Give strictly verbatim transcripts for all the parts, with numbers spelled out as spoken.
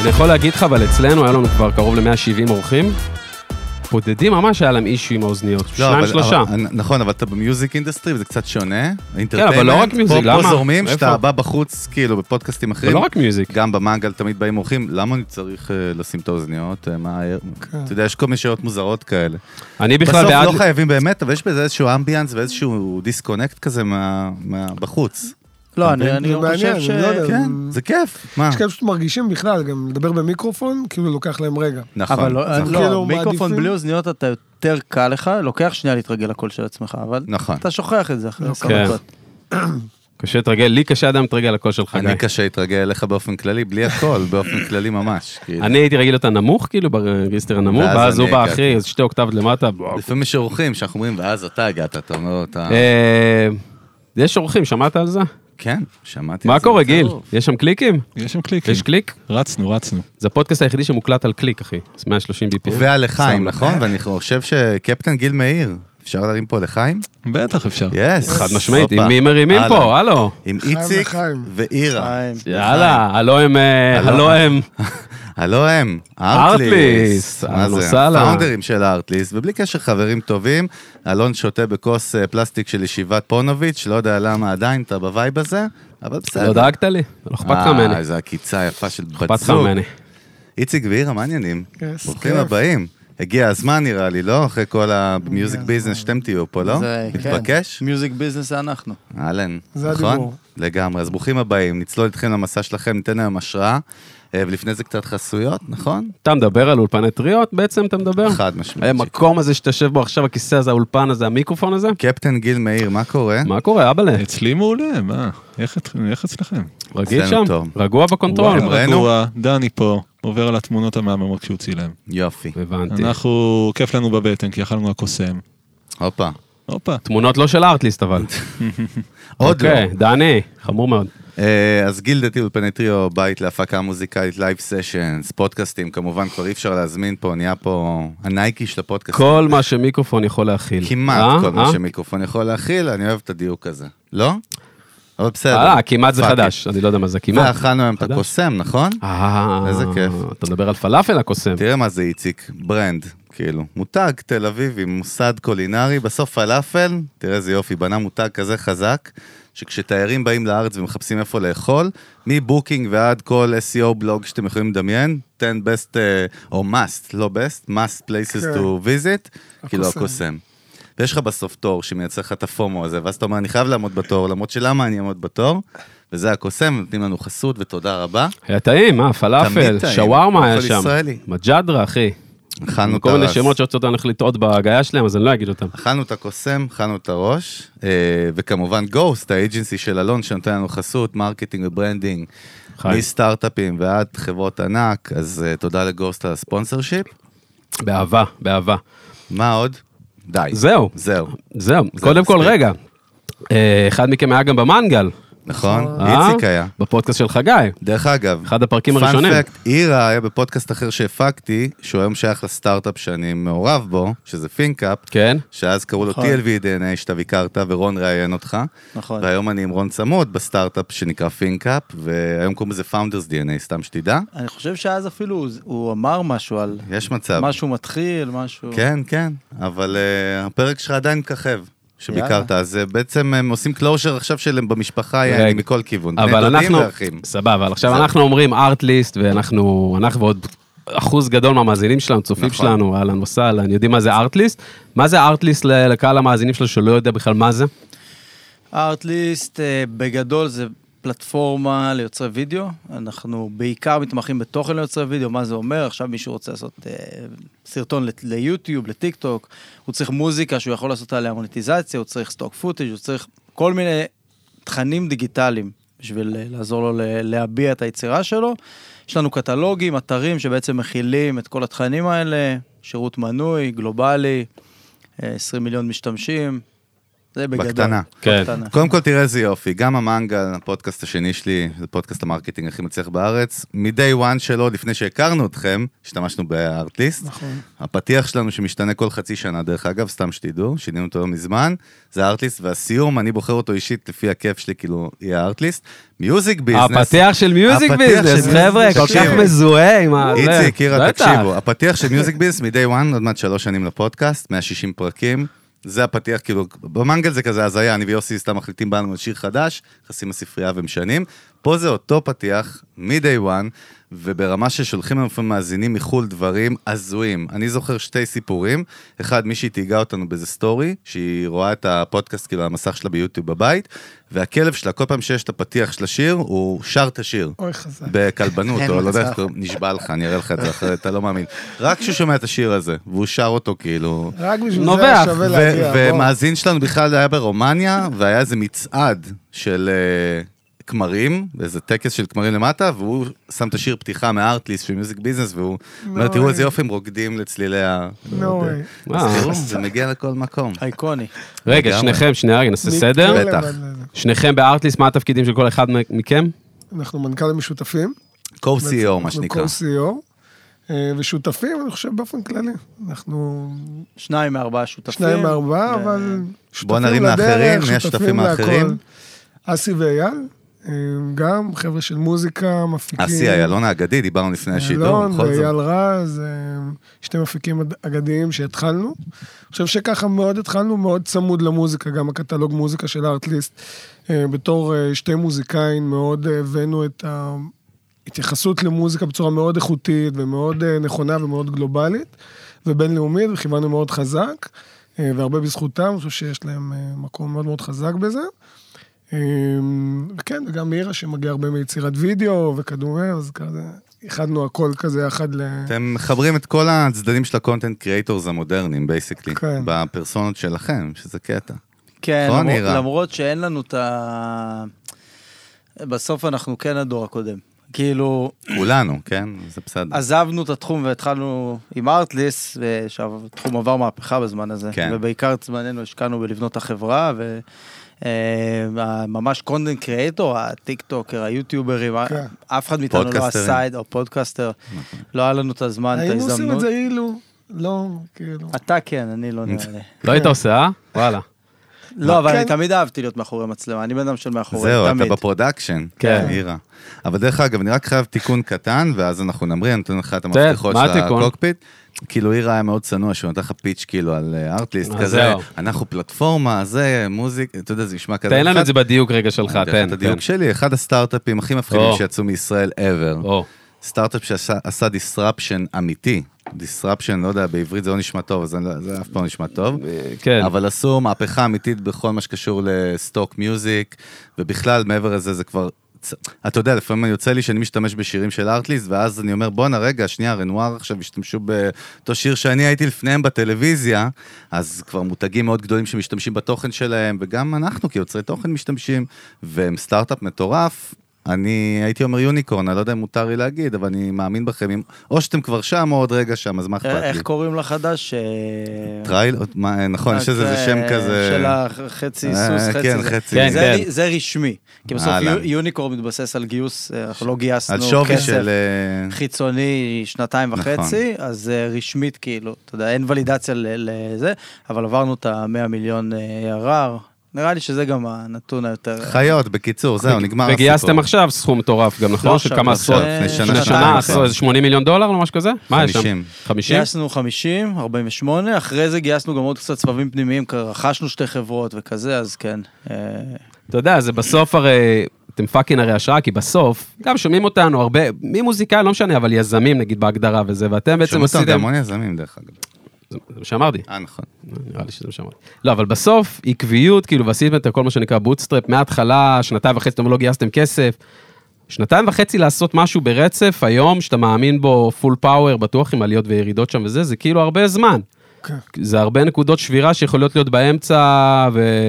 אני יכול להגיד לך, אבל אצלנו היה לנו כבר קרוב ל-מאה שבעים אורחים, בודדים ממש היה להם אישו עם האוזניות, שניים שלושה. נכון, אבל אתה במיוזיק אינדסטרי, וזה קצת שונה. כן, אבל לא רק מיוזיק, למה? פה זורמים, שאתה בא בחוץ, כאילו, בפודקאסטים אחרים. ולא רק מיוזיק. גם במנגל תמיד באים אורחים, למה אני צריך לשים את האוזניות? אתה יודע, יש כל מיני שאלות מוזרות כאלה. אני בכלל בעד... בסוף לא חייבים באמת, אבל יש בזה איזשהו אמביאנס ואיזשהו דיסקונקט כזה בחוץ. לא, אני חושב ש... כן, זה כיף. יש כאלה שאתם מרגישים בכלל, גם לדבר במיקרופון, כאילו לוקח להם רגע. נכון. אבל לא, מיקרופון בלי אוזניות אתה יותר קל לך, לוקח שנייה להתרגל לקול של עצמך, אבל אתה שוכח את זה אחרי עשר דקות. קשה להתרגל, לי קשה אדם להתרגל לקול שלך. אני קשה להתרגל אליך באופן כללי, בלי הקול, באופן כללי ממש. אני הייתי רגיל אותה נמוך, כאילו, ברגסטר הנמוך, ואז הוא בא אחרי, אז שתי אוקטבות למטה. לפעמים יש אורחים שאנחנו אומרים, ואז אתה הגעת, אתה אומר אותה... יש אורחים, שמעת על זה? כן, שמעתי. מה קורה, גיל? יש שם קליקים? יש שם קליקים. יש קליק? רצנו, רצנו. זה הפודקאסט היחידי שמוקלט על קליק, אחי. זה מאה ושלושים בי פי אם. ועל לחיים, נכון? ואני חושב שקפטן גיל מאיר, אפשר להרים פה לחיים? בטח אפשר. יס. חד משמעית, עם מי מרימים פה? הלו. עם איציק ואירה. יאללה, הלו הם... הלו הם... הלו הם, ארטליסט, מה זה, פאונדרים של ארטליסט, ובלי קשר חברים טובים, אלון שותה בכוס פלסטיק של ישיבת פונוביץ', לא יודע למה עדיין אתה בווייב הזה, אבל בסדר. לא דאגת לי, לא אכפת לך ממני. איזו הקיצה יפה של בת אכפת לך זוג. ממני. איציק ואירה, מה עניינים? ברוכים הבאים. הגיע הזמן נראה לי, לא? אחרי כל המיוזיק ביזנס שאתם תהיו פה, לא? מתבקש? מיוזיק ביזנס זה אנחנו. אהלן, נכון? לגמרי, אז ברוכים הבאים, נצלול איתכם למסע שלכם, ניתן להם השראה. ולפני זה קצת חסויות, נכון? אתה מדבר על אולפני טריות, בעצם אתה מדבר? חד משמעית. המקום הזה שתשב בו עכשיו, הכיסא הזה, האולפן הזה, המיקרופון הזה? קפטן גיל מאיר, מה קורה? מה קורה, אבאלה? אצלי מעולה, מה? איך אצלכם? רגיל שם, רגוע בקונטרול. רגוע, דני פה, עובר על התמונות המאמרות שהוא צילם. יופי. הבנתי. אנחנו, כיף לנו בבטן, כי אכלנו הקוסם. הופה. הופה. תמונות לא של ארטליסט, אבל. עוד לא. דני, חמור מאוד. אז גיל דתי אולפני טריו, בית להפקה מוזיקלית, לייב סשנס, פודקאסטים, כמובן כבר אי אפשר להזמין פה, נהיה פה הנייקי של הפודקאסטים. כל מה שמיקרופון יכול להכיל. כמעט כל מה שמיקרופון יכול להכיל, אני אוהב את הדיוק הזה. לא? אבל בסדר. אה, כמעט זה חדש, אני לא יודע מה זה כמעט. ואכלנו היום את הקוסם, נכון? אה, איזה כיף. אתה מדבר על פלאפל הקוסם. תראה מה זה איציק, ברנד, כאילו, מותג תל אביבי, מוסד קולינרי, בסוף פלאפל, תראה איזה יופי, בנה מותג כזה חזק, שכשתיירים באים לארץ ומחפשים איפה לאכול, מבוקינג ועד כל אס אי או בלוג שאתם יכולים לדמיין, עשר best, או must, לא best, must places to visit, כאילו הקוסם. ויש לך בסוף תור שמייצר לך את הפומו הזה, ואז אתה אומר, אני חייב לעמוד בתור, למרות שלמה אני אעמוד בתור, וזה הקוסם, נותנים לנו חסות ותודה רבה. היה טעים, מה, פלאפל, שווארמה היה שם, מג'דרה, אחי. אכלנו את כל מיני שמות שרצות אנחנו לטעות בהגיה שלהם, אז אני לא אגיד אותם. אכלנו את הקוסם, אכלנו את הראש, וכמובן גוסט, האג'נסי של אלון, שנותן לנו חסות, מרקטינג וברנדינג, מסטארט-אפים ועד חברות ענק, אז תודה לגוסט על הספונסר שיפ. באהבה, באהבה. מה עוד? די. זהו. זהו. זהו. קודם כל, רגע. אחד מכם היה גם במנגל. נכון, איציק היה. בפודקאסט של חגי. דרך אגב. אחד הפרקים הראשונים. פאנפקט, אירה היה בפודקאסט אחר שהפקתי, שהוא היום שייך לסטארט-אפ שאני מעורב בו, שזה פינקאפ. כן. שאז קראו לו טי אל וי די אן איי, שאתה ביקרת, ורון ראיין אותך. נכון. והיום אני עם רון צמוד בסטארט-אפ שנקרא פינקאפ, והיום קוראים לזה Founders די אן איי, סתם שתדע. אני חושב שאז אפילו הוא אמר משהו על... יש מצב. משהו מתחיל, משהו... כן, כן, אבל uh, הפרק שלך עדיין מככב. שביקרת, אז בעצם הם עושים קלושר עכשיו שלהם במשפחה, יעני מכל כיוון. אבל אנחנו, סבבה, אבל עכשיו אנחנו אומרים ארטליסט, ואנחנו, אנחנו ועוד אחוז גדול מהמאזינים שלנו, צופים שלנו, אהלן וסהלן, יודעים מה זה ארטליסט? מה זה ארטליסט לקהל המאזינים שלנו שלא יודע בכלל מה זה? ארטליסט בגדול זה פלטפורמה ליוצרי וידאו, אנחנו בעיקר מתמחים בתוכן ליוצרי וידאו, מה זה אומר? עכשיו מישהו רוצה לעשות אה, סרטון ליוטיוב, לטיק טוק, הוא צריך מוזיקה שהוא יכול לעשות עליה מוניטיזציה, הוא צריך סטוק פוטג', הוא צריך כל מיני תכנים דיגיטליים, בשביל לעזור לו להביע את היצירה שלו. יש לנו קטלוגים, אתרים שבעצם מכילים את כל התכנים האלה, שירות מנוי, גלובלי, עשרים מיליון משתמשים, זה בגדול. בקטנה. כן. בקטנה. קודם כל תראה איזה יופי, גם המנגה, הפודקאסט השני שלי, זה פודקאסט המרקטינג הכי מצליח בארץ, מ-day one שלו, לפני שהכרנו אתכם, השתמשנו בארטליסט, נכון. הפתיח שלנו שמשתנה כל חצי שנה, דרך אגב, סתם שתדעו, שינינו אותו לא מזמן, זה ארטליסט, והסיום, אני בוחר אותו אישית לפי הכיף שלי, כאילו, יהיה ארטליסט, מיוזיק ביזנס. הפתיח של מיוזיק הפתיח של ביזנס, מיוזיק חבר'ה, כל ביזנס. כך מזוהה עם ה... איציק, קירה, בטח. תקשיבו, הפתיח של מיוזיק ביזנס מ-day one, עוד מעט שלוש שנים לפודקאסט, מאה ושישים פרקים, זה הפתיח, כאילו, במנגל זה כזה הזיה, אני ויוסי סתם מחליטים באנו על שיר חדש, נכנסים לספרייה ומשנים, פה זה אותו פתיח, מ-day one, וברמה ששולחים לנו לפעמים מאזינים מחול דברים הזויים. אני זוכר שתי סיפורים, אחד, מישהי תהיגה אותנו באיזה סטורי, שהיא רואה את הפודקאסט, כאילו, המסך שלה ביוטיוב בבית, והכלב שלה, כל פעם שיש את הפתיח של השיר, הוא שר את השיר. אוי, חזק. בקלבנות, או לא יודע איך קוראים, נשבע לך, אני אראה לך את זה אחרת, אתה לא מאמין. רק כשהוא שומע את השיר הזה, והוא שר אותו כאילו... רק בשביל נובח. זה היה שווה להגיע. בוא. ומאזין שלנו בכלל היה ברומניה, והיה איזה מצעד של אה, כמרים, איזה טקס של כמרים למטה, והוא שם את השיר פתיחה מהארטליסט של מיוזיק ביזנס, והוא אומר, תראו איזה יופי, הם רוקדים לצלילי ה... נו, אה. תראו, זה מגיע לכל מקום. אייקוני. רגע, לגמרי. שניכם, שנייה, רגע, נעשה סדר. בטח. שניכם בארטליסט, מה התפקידים של כל אחד מכם? אנחנו מנכ"לים משותפים. co-סי אי או, מה שנקרא. אנחנו co-סי אי או, ושותפים, אני חושב, באופן כללי. אנחנו שניים מארבעה שותפים. שניים מארבעה, ו- אבל בוא שותפים נרים לדרך, לאחרים, מי השותפים שותפים האחרים? להכל. אסי ואייל, גם חבר'ה של מוזיקה, מפיקים. אסי, איילון האגדי, דיברנו לפני השידור. איילון בכל זאת. ואייל רז, שתי מפיקים אגדיים שהתחלנו. אני חושב שככה מאוד התחלנו, מאוד צמוד למוזיקה, גם הקטלוג מוזיקה של ארטליסט. בתור שתי מוזיקאים מאוד הבאנו את ההתייחסות למוזיקה בצורה מאוד איכותית ומאוד נכונה ומאוד גלובלית ובינלאומית, וכיוונו מאוד חזק, והרבה בזכותם, אני חושב שיש להם מקום מאוד מאוד חזק בזה. וכן, וגם מירה שמגיע הרבה מיצירת וידאו וכדומה, אז כזה, איחדנו הכל כזה אחד ל... אתם מחברים את כל הצדדים של הקונטנט קריאטורס המודרניים, בייסיקלי, כן. בפרסונות שלכם, שזה קטע. כן, נכון, למרות, נירה? למרות שאין לנו את ה... בסוף אנחנו כן הדור הקודם. כאילו, כולנו, כן? זה בסדר. עזבנו את התחום והתחלנו עם ארטליסט, שהתחום עבר מהפכה בזמן הזה. כן. ובעיקר את זמננו השקענו בלבנות החברה, ו... ממש קונטנט קריאטור, הטיק טוקר, היוטיוברים, כן. אף אחד מאיתנו לא פודקאסטרים. הסייד או פודקאסטר, לא היה לנו את הזמן, את היינו עושים את ההזדמנות. זה אילו, לא, כאילו. אתה כן, אני לא נראה לי. לא היית עושה, אה? וואלה. לא, אבל כן. אני תמיד אהבתי להיות מאחורי מצלמה, אני בן אדם של מאחורי, זהו, אתה תמיד. בפרודקשן. כן. אירה. אבל דרך אגב, אני רק חייב תיקון קטן, ואז אנחנו נמריא, אני נותן לך את המפתחות מה של התיקון? הקוקפיט. כאילו אירה היה מאוד צנוע, שהוא נתן לך פיץ' כאילו על ארטליסט אז כזה, זהו. אנחנו פלטפורמה, זה מוזיק, אתה יודע, זה נשמע כזה. תן לנו אחד- את זה בדיוק רגע שלך, אני אתן לך תן. את הדיוק שלי, אחד הסטארט-אפים הכי מפחידים או. שיצאו מישראל ever. או, סטארט-אפ שעשה disruption אמיתי. disruption, לא יודע, בעברית זה לא נשמע טוב, אז אני לא- זה אף פעם לא נשמע טוב. כן. אבל עשו מהפכה אמיתית בכל מה שקשור לסטוק מיוזיק, ובכלל, מעבר לזה, זה כבר... אתה יודע, לפעמים יוצא לי שאני משתמש בשירים של ארטליסט, ואז אני אומר, בוא נרגע, שנייה, רנואר עכשיו השתמשו באותו שיר שאני הייתי לפניהם בטלוויזיה, אז כבר מותגים מאוד גדולים שמשתמשים בתוכן שלהם, וגם אנחנו כיוצרי תוכן משתמשים, והם סטארט-אפ מטורף. אני הייתי אומר יוניקורן, אני לא יודע אם מותר לי להגיד, אבל אני מאמין בכם, או שאתם כבר שם או עוד רגע שם, אז מה אכפת לי? איך קוראים לחדש? טרייל, מה, נכון, יש איזה שם כזה... של החצי אה, סוס, חצי כן, זה. חצי. כן, זה כן. רי- זה רשמי. כי בסוף אהלן. יו- יוניקורן מתבסס על גיוס, אה, אנחנו לא גייסנו על שווי כסף של... אה, חיצוני שנתיים וחצי, אז אה, רשמית כאילו, אתה יודע, אין ולידציה ל- לזה, אבל עברנו את ה-מאה מיליון אה, ערר. נראה לי שזה גם הנתון היותר... חיות, בקיצור, זהו, נגמר הסיפור. וגייסתם עכשיו סכום מטורף גם, נכון? לא של עכשיו, כמה לא עשרות. עכשיו, לפני שנה, לפני שנתיים שנה, כבר. עשו איזה שמונים מיליון דולר או משהו כזה? מה יש שם? חמישים. חמישים? גייסנו חמישים, ארבעים ושמונה, אחרי זה גייסנו גם עוד קצת סבבים פנימיים, כי רכשנו שתי חברות וכזה, אז כן. אה, אתה יודע, זה בסוף הרי, אתם פאקינג הרי השראה, כי בסוף, גם שומעים אותנו הרבה, מי מוזיקאי, לא משנה, אבל יזמים נגיד בהגדרה וזה, ואתם בעצם שומעים אותם עשיתם... המון יזמים, דרך אגב. זה מה שאמרתי. אה, נכון. נראה לי שזה מה שאמרתי. לא, אבל בסוף, עקביות, כאילו, ועשיתם את כל מה שנקרא בוטסטראפ, מההתחלה, שנתיים וחצי, אתם לא גייסתם כסף, שנתיים וחצי לעשות משהו ברצף, היום, שאתה מאמין בו פול פאוור, בטוח עם עליות וירידות שם וזה, זה כאילו הרבה זמן. כן. זה הרבה נקודות שבירה שיכולות להיות באמצע,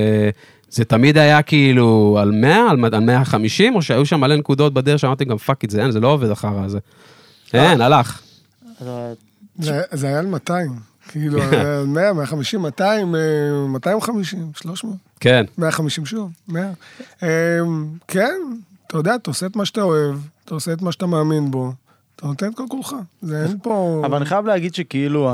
וזה תמיד היה כאילו על מאה, על מאה וחמישים, או שהיו שם מלא נקודות בדרך, שאמרתי גם פאק את זה, אין, זה לא עובד אחר הזה. אין, הלך. זה היה על מאתיים, כאילו, על מאה, מאה וחמישים, מאתיים, מאתיים וחמישים, שלוש מאות. כן. מאה וחמישים שוב, מאה. כן, אתה יודע, אתה עושה את מה שאתה אוהב, אתה עושה את מה שאתה מאמין בו, אתה נותן את כל כולך. זה אין פה... אבל אני חייב להגיד שכאילו,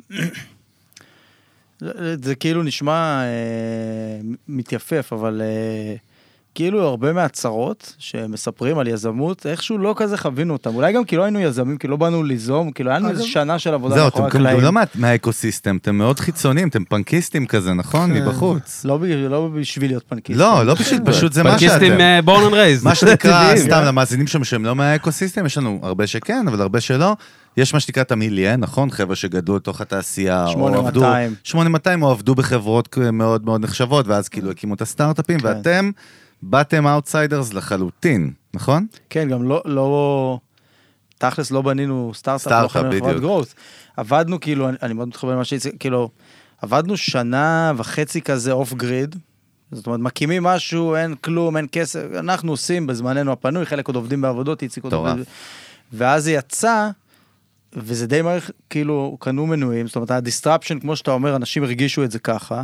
זה כאילו נשמע מתייפף, אבל כאילו הרבה מהצרות שמספרים על יזמות, איכשהו לא כזה חווינו אותם. אולי גם כי לא היינו יזמים, כי לא באנו ליזום, כאילו היה לנו איזו שנה של עבודה מאחורי הקלעים. זהו, אתם גם לא מהאקוסיסטם, אתם מאוד חיצוניים, אתם פנקיסטים כזה, נכון? מבחוץ. לא בשביל להיות פנקיסטים. לא, לא בשביל, פשוט זה מה שאתם. פנקיסטים born and raised. מה שנקרא, סתם למאזינים שם שהם לא מהאקוסיסטם, יש לנו הרבה שכן, אבל הרבה שלא. יש מה שנקרא תמיליה, נכון? חבר'ה שגדלו לתוך התעשייה, שמונה מאתיים. שמונה מאתיים, או עבדו בחברות מאוד מאוד נחשבות, ואז כאילו הקימו את הסטארט-אפים, ואתם באתם אאוטסיידרס לחלוטין, נכון? כן, גם לא, לא, תכלס לא בנינו סטארט-אפ, לא חיינו חברת גרוס. עבדנו כאילו, אני, אני מאוד מתחבר למה שהצליח, כאילו, עבדנו שנה וחצי כזה אוף גריד, זאת אומרת, מקימים משהו, אין כלום, אין כסף, אנחנו עושים בזמננו הפנוי, חלק עוד עובדים בעבודות, יציק עוד עובדים, ואז זה יצא, וזה די מערך, כאילו, קנו מנויים, זאת אומרת, הדיסטרפשן, כמו שאתה אומר, אנשים הרגישו את זה ככה,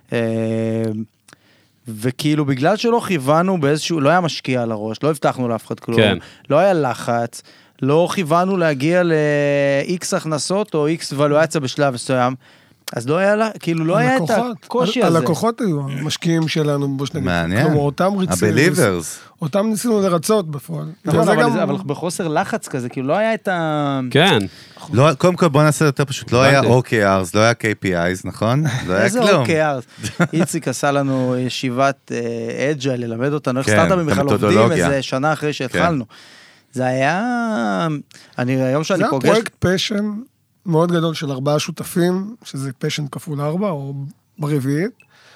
וכאילו, בגלל שלא כיוונו באיזשהו, לא היה משקיע על הראש, לא הבטחנו לאף אחד כלום, כן. לא היה לחץ, לא כיוונו להגיע ל-X הכנסות, או X ולואציה בשלב מסוים, אז לא היה, כאילו, לא היה את הקושי הזה. הלקוחות היו המשקיעים שלנו, בוא שנגיד. מעניין. כלומר, אותם ריצים. הבליברס. אותם ניסינו לרצות בפועל. אבל בחוסר לחץ כזה, כאילו, לא היה את ה... כן. קודם כל, בוא נעשה יותר פשוט. לא היה או קיי ארס, לא היה קיי פי איז, נכון? לא היה כלום. איזה או קיי ארס? איציק עשה לנו ישיבת אג'ייל, ללמד אותנו, איך סטארט-אפים בכלל עובדים איזה שנה אחרי שהתחלנו. זה היה... אני, היום שאני פוגש... זה היה פרויקט פשן מאוד גדול של ארבעה שותפים, שזה פשן כפול ארבע, או ברביעית,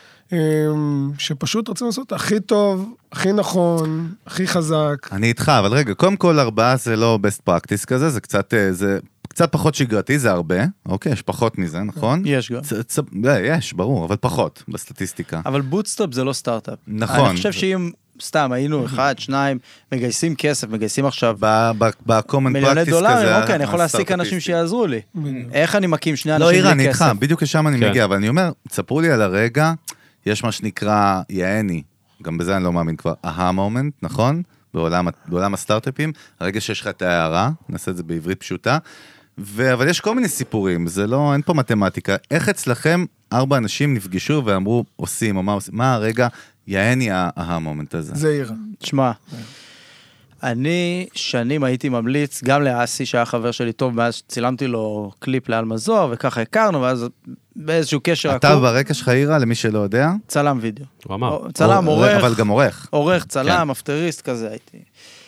שפשוט רצינו לעשות הכי טוב, הכי נכון, הכי חזק. אני איתך, אבל רגע, קודם כל ארבעה זה לא best practice כזה, זה קצת, זה קצת פחות שגרתי, זה הרבה, אוקיי, יש פחות מזה, נכון? יש גם. יש, ברור, אבל פחות בסטטיסטיקה. אבל בוטסטראפ זה לא סטארט-אפ. נכון. אני חושב שאם... סתם, היינו אחד, שניים, מגייסים כסף, מגייסים עכשיו מיליוני דולרים, אוקיי, אני יכול להסיק אנשים שיעזרו לי. איך אני מקים שני אנשים בלי כסף? לא, אירן, איתך, בדיוק לשם אני מגיע, אבל אני אומר, תספרו לי על הרגע, יש מה שנקרא יעני, גם בזה אני לא מאמין כבר, אהה מומנט, נכון? בעולם הסטארט-אפים, הרגע שיש לך את ההערה, נעשה את זה בעברית פשוטה, אבל יש כל מיני סיפורים, זה לא, אין פה מתמטיקה, איך אצלכם ארבע אנשים נפגשו ואמרו, עושים, או מה עושים, מה הרגע יעני המומנט הזה. זה עירה. תשמע, אני שנים הייתי ממליץ, גם לאסי, שהיה חבר שלי טוב, מאז צילמתי לו קליפ לאלמה זוהר, וככה הכרנו, ואז באיזשהו קשר... אתה ברקע שלך עירה, למי שלא יודע? צלם וידאו. הוא אמר. צלם, עורך. אבל גם עורך. עורך, צלם, אפטריסט כזה הייתי.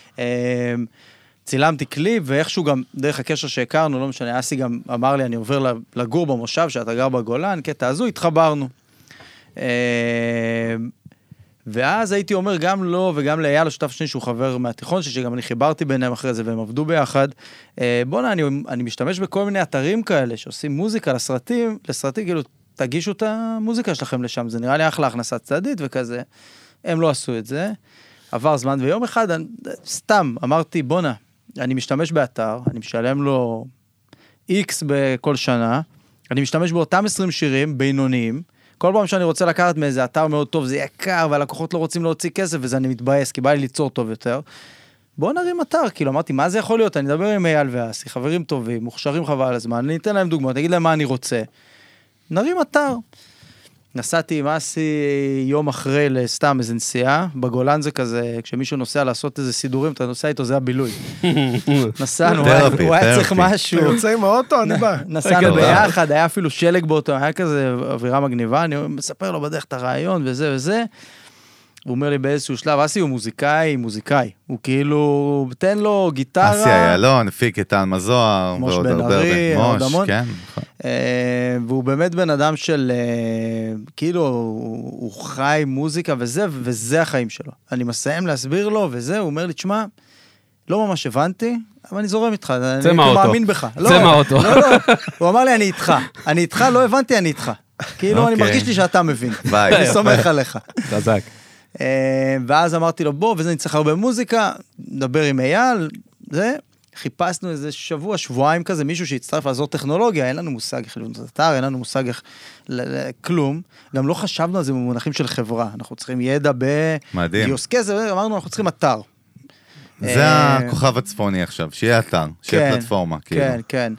צילמתי קליפ, ואיכשהו גם, דרך הקשר שהכרנו, לא משנה, אסי גם אמר לי, אני עובר לגור במושב, שאתה גר בגולן, קטע הזו, התחברנו. ואז הייתי אומר גם לו וגם לאייל השותף שני שהוא חבר מהתיכון, שגם אני חיברתי ביניהם אחרי זה והם עבדו ביחד. בוא'נה, אני, אני משתמש בכל מיני אתרים כאלה שעושים מוזיקה לסרטים, לסרטים, כאילו, תגישו את המוזיקה שלכם לשם, זה נראה לי אחלה הכנסת צעדית וכזה. הם לא עשו את זה. עבר זמן, ויום אחד, אני, סתם, אמרתי, בוא'נה, אני משתמש באתר, אני משלם לו X בכל שנה, אני משתמש באותם עשרים שירים בינוניים, כל פעם שאני רוצה לקחת מאיזה אתר מאוד טוב, זה יקר, והלקוחות לא רוצים להוציא כסף, וזה אני מתבאס, כי בא לי ליצור טוב יותר. בואו נרים אתר, כאילו, אמרתי, מה זה יכול להיות? אני אדבר עם אייל ואסי, חברים טובים, מוכשרים חבל על הזמן, אני אתן להם דוגמאות, אגיד להם מה אני רוצה. נרים אתר. נסעתי עם אסי יום אחרי לסתם איזה נסיעה, בגולן זה כזה, כשמישהו נוסע לעשות איזה סידורים, אתה נוסע איתו, זה הבילוי. נסענו, הוא היה צריך משהו. אתה יוצא עם האוטו, אני בא. נסענו ביחד, היה אפילו שלג באוטו, היה כזה אווירה מגניבה, אני מספר לו בדרך את הרעיון וזה וזה. הוא אומר לי באיזשהו שלב, אסי הוא מוזיקאי, מוזיקאי. הוא כאילו, תן לו גיטרה. אסי איילון, הפיק את אלמה זוהר, מוש בן ארי, עוד המון. כן. והוא באמת בן אדם של, כאילו, הוא חי מוזיקה וזה, וזה החיים שלו. אני מסיים להסביר לו, וזה, הוא אומר לי, תשמע, לא ממש הבנתי, אבל אני זורם איתך, אני מאמין בך. צא מהאוטו. לא, לא, הוא אמר לי, אני איתך. אני איתך, לא הבנתי, אני איתך. כאילו, אני מרגיש לי שאתה מבין. ביי. אני סומך עליך. חזק. ואז אמרתי לו, בוא, וזה נצטרך הרבה מוזיקה, נדבר עם אייל, זה, חיפשנו איזה שבוע, שבועיים כזה, מישהו שהצטרף לעזור טכנולוגיה, אין לנו מושג איך לבנות אתר, אין לנו מושג איך כלום. גם לא חשבנו על זה במונחים של חברה. אנחנו צריכים ידע בגיוסקי, אמרנו, אנחנו צריכים אתר. זה הכוכב הצפוני עכשיו, שיהיה אתר, שיהיה פלטפורמה. כן, כן.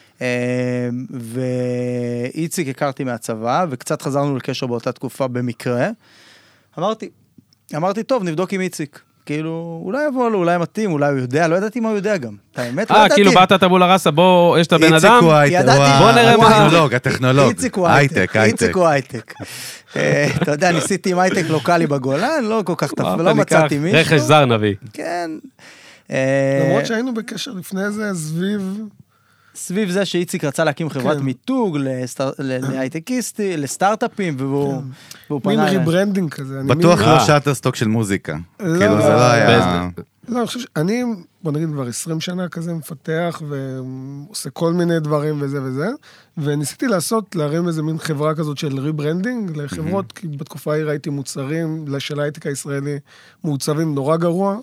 ואיציק הכרתי מהצבא, וקצת חזרנו לקשר באותה תקופה במקרה. אמרתי, אמרתי, טוב, נבדוק עם איציק. כאילו, אולי יבוא לו, אולי מתאים, אולי הוא יודע, לא ידעתי מה הוא יודע גם. האמת, לא ידעתי. אה, כאילו באת טבולה רסה, בוא, יש את הבן אדם. בוא נראה מה. הטכנולוג, הטכנולוג. איציק הוא הייטק, איציק הוא הייטק. אתה יודע, ניסיתי עם הייטק לוקלי בגולן, לא כל כך טוב, לא מצאתי מישהו. רכש זר נביא. כן. למרות שהיינו בקשר לפני זה סביב... סביב זה שאיציק רצה להקים חברת מיתוג להייטקיסטי, לסטארט-אפים, והוא פנה... מין ריברנדינג כזה. בטוח לא שאטרסטוק של מוזיקה. כאילו זה לא היה... לא, אני חושב שאני, בוא נגיד, כבר עשרים שנה כזה מפתח, ועושה כל מיני דברים וזה וזה, וניסיתי לעשות, להרים איזה מין חברה כזאת של ריברנדינג לחברות, כי בתקופה ההיא ראיתי מוצרים של ההייטק הישראלי, מעוצבים נורא גרוע,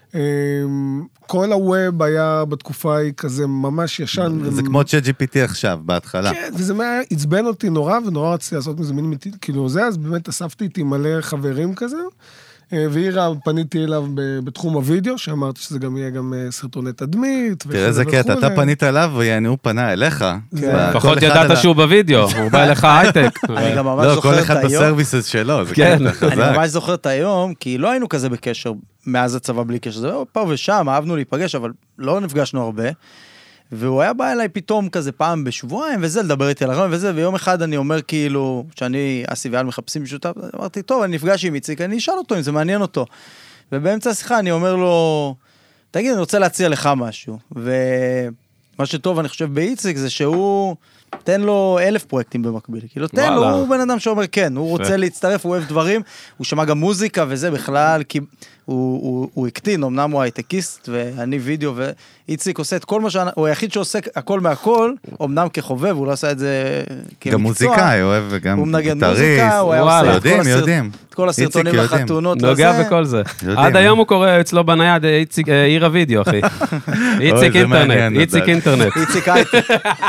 כל הווב היה בתקופה ההיא כזה ממש ישן. זה כמו צ'אט ג'י פי טי עכשיו, בהתחלה. כן, וזה עצבן אותי נורא, ונורא רציתי לעשות מזה מין כאילו זה, אז באמת אספתי איתי מלא חברים כזה, ואירה פניתי אליו בתחום הוידאו, שאמרתי שזה גם יהיה גם סרטוני תדמית. תראה איזה קטע, אתה פנית אליו והוא פנה אליך. לפחות ידעת שהוא בוידאו, הוא בא אליך הייטק. אני גם ממש לא, זוכר כל את אחד היום. בסרוויסס שלו, זה כן. קטע חזק. אני ממש זוכר את היום, כי לא היינו כזה בקשר מאז הצבא בלי קשר. זה פה ושם, אהבנו להיפגש, אבל לא נפגשנו הרבה. והוא היה בא אליי פתאום כזה פעם בשבועיים, וזה לדבר איתי על הרעיון וזה, ויום אחד אני אומר כאילו, שאני, אסי ואל מחפשים משותף, אמרתי, טוב, אני נפגש עם איציק, אני אשאל אותו אם זה מעניין אותו. ובאמצע השיחה אני אומר לו, תגיד, אני רוצה להציע לך משהו. ומה שטוב, אני חושב, באיציק, זה שהוא, תן לו אלף פרויקטים במקביל. כאילו, תן לו, הוא בן אדם שאומר, כן, הוא רוצה להצטרף, הוא אוהב דברים, הוא שמע גם מוזיקה וזה בכלל, כי הוא, הוא, הוא הקטין, אמנם הוא הייטקיסט, ואני וידאו, ואיציק עושה את כל מה שאני, הוא היחיד שעושה הכל מהכל, אמנם כחובב, הוא לא עושה את זה כמקצוע. גם מוזיקאי, הוא אוהב וגם הוא מנגן מוזיקה, הוא היה עושה את כל, הסרט, את כל הסרטונים לחתונות. נוגע בכל זה. עד היום הוא קורא אצלו בנייד, עיר הוידאו, אחי. איציק אינטרנט, איציק אינטרנט. איציק הייטק.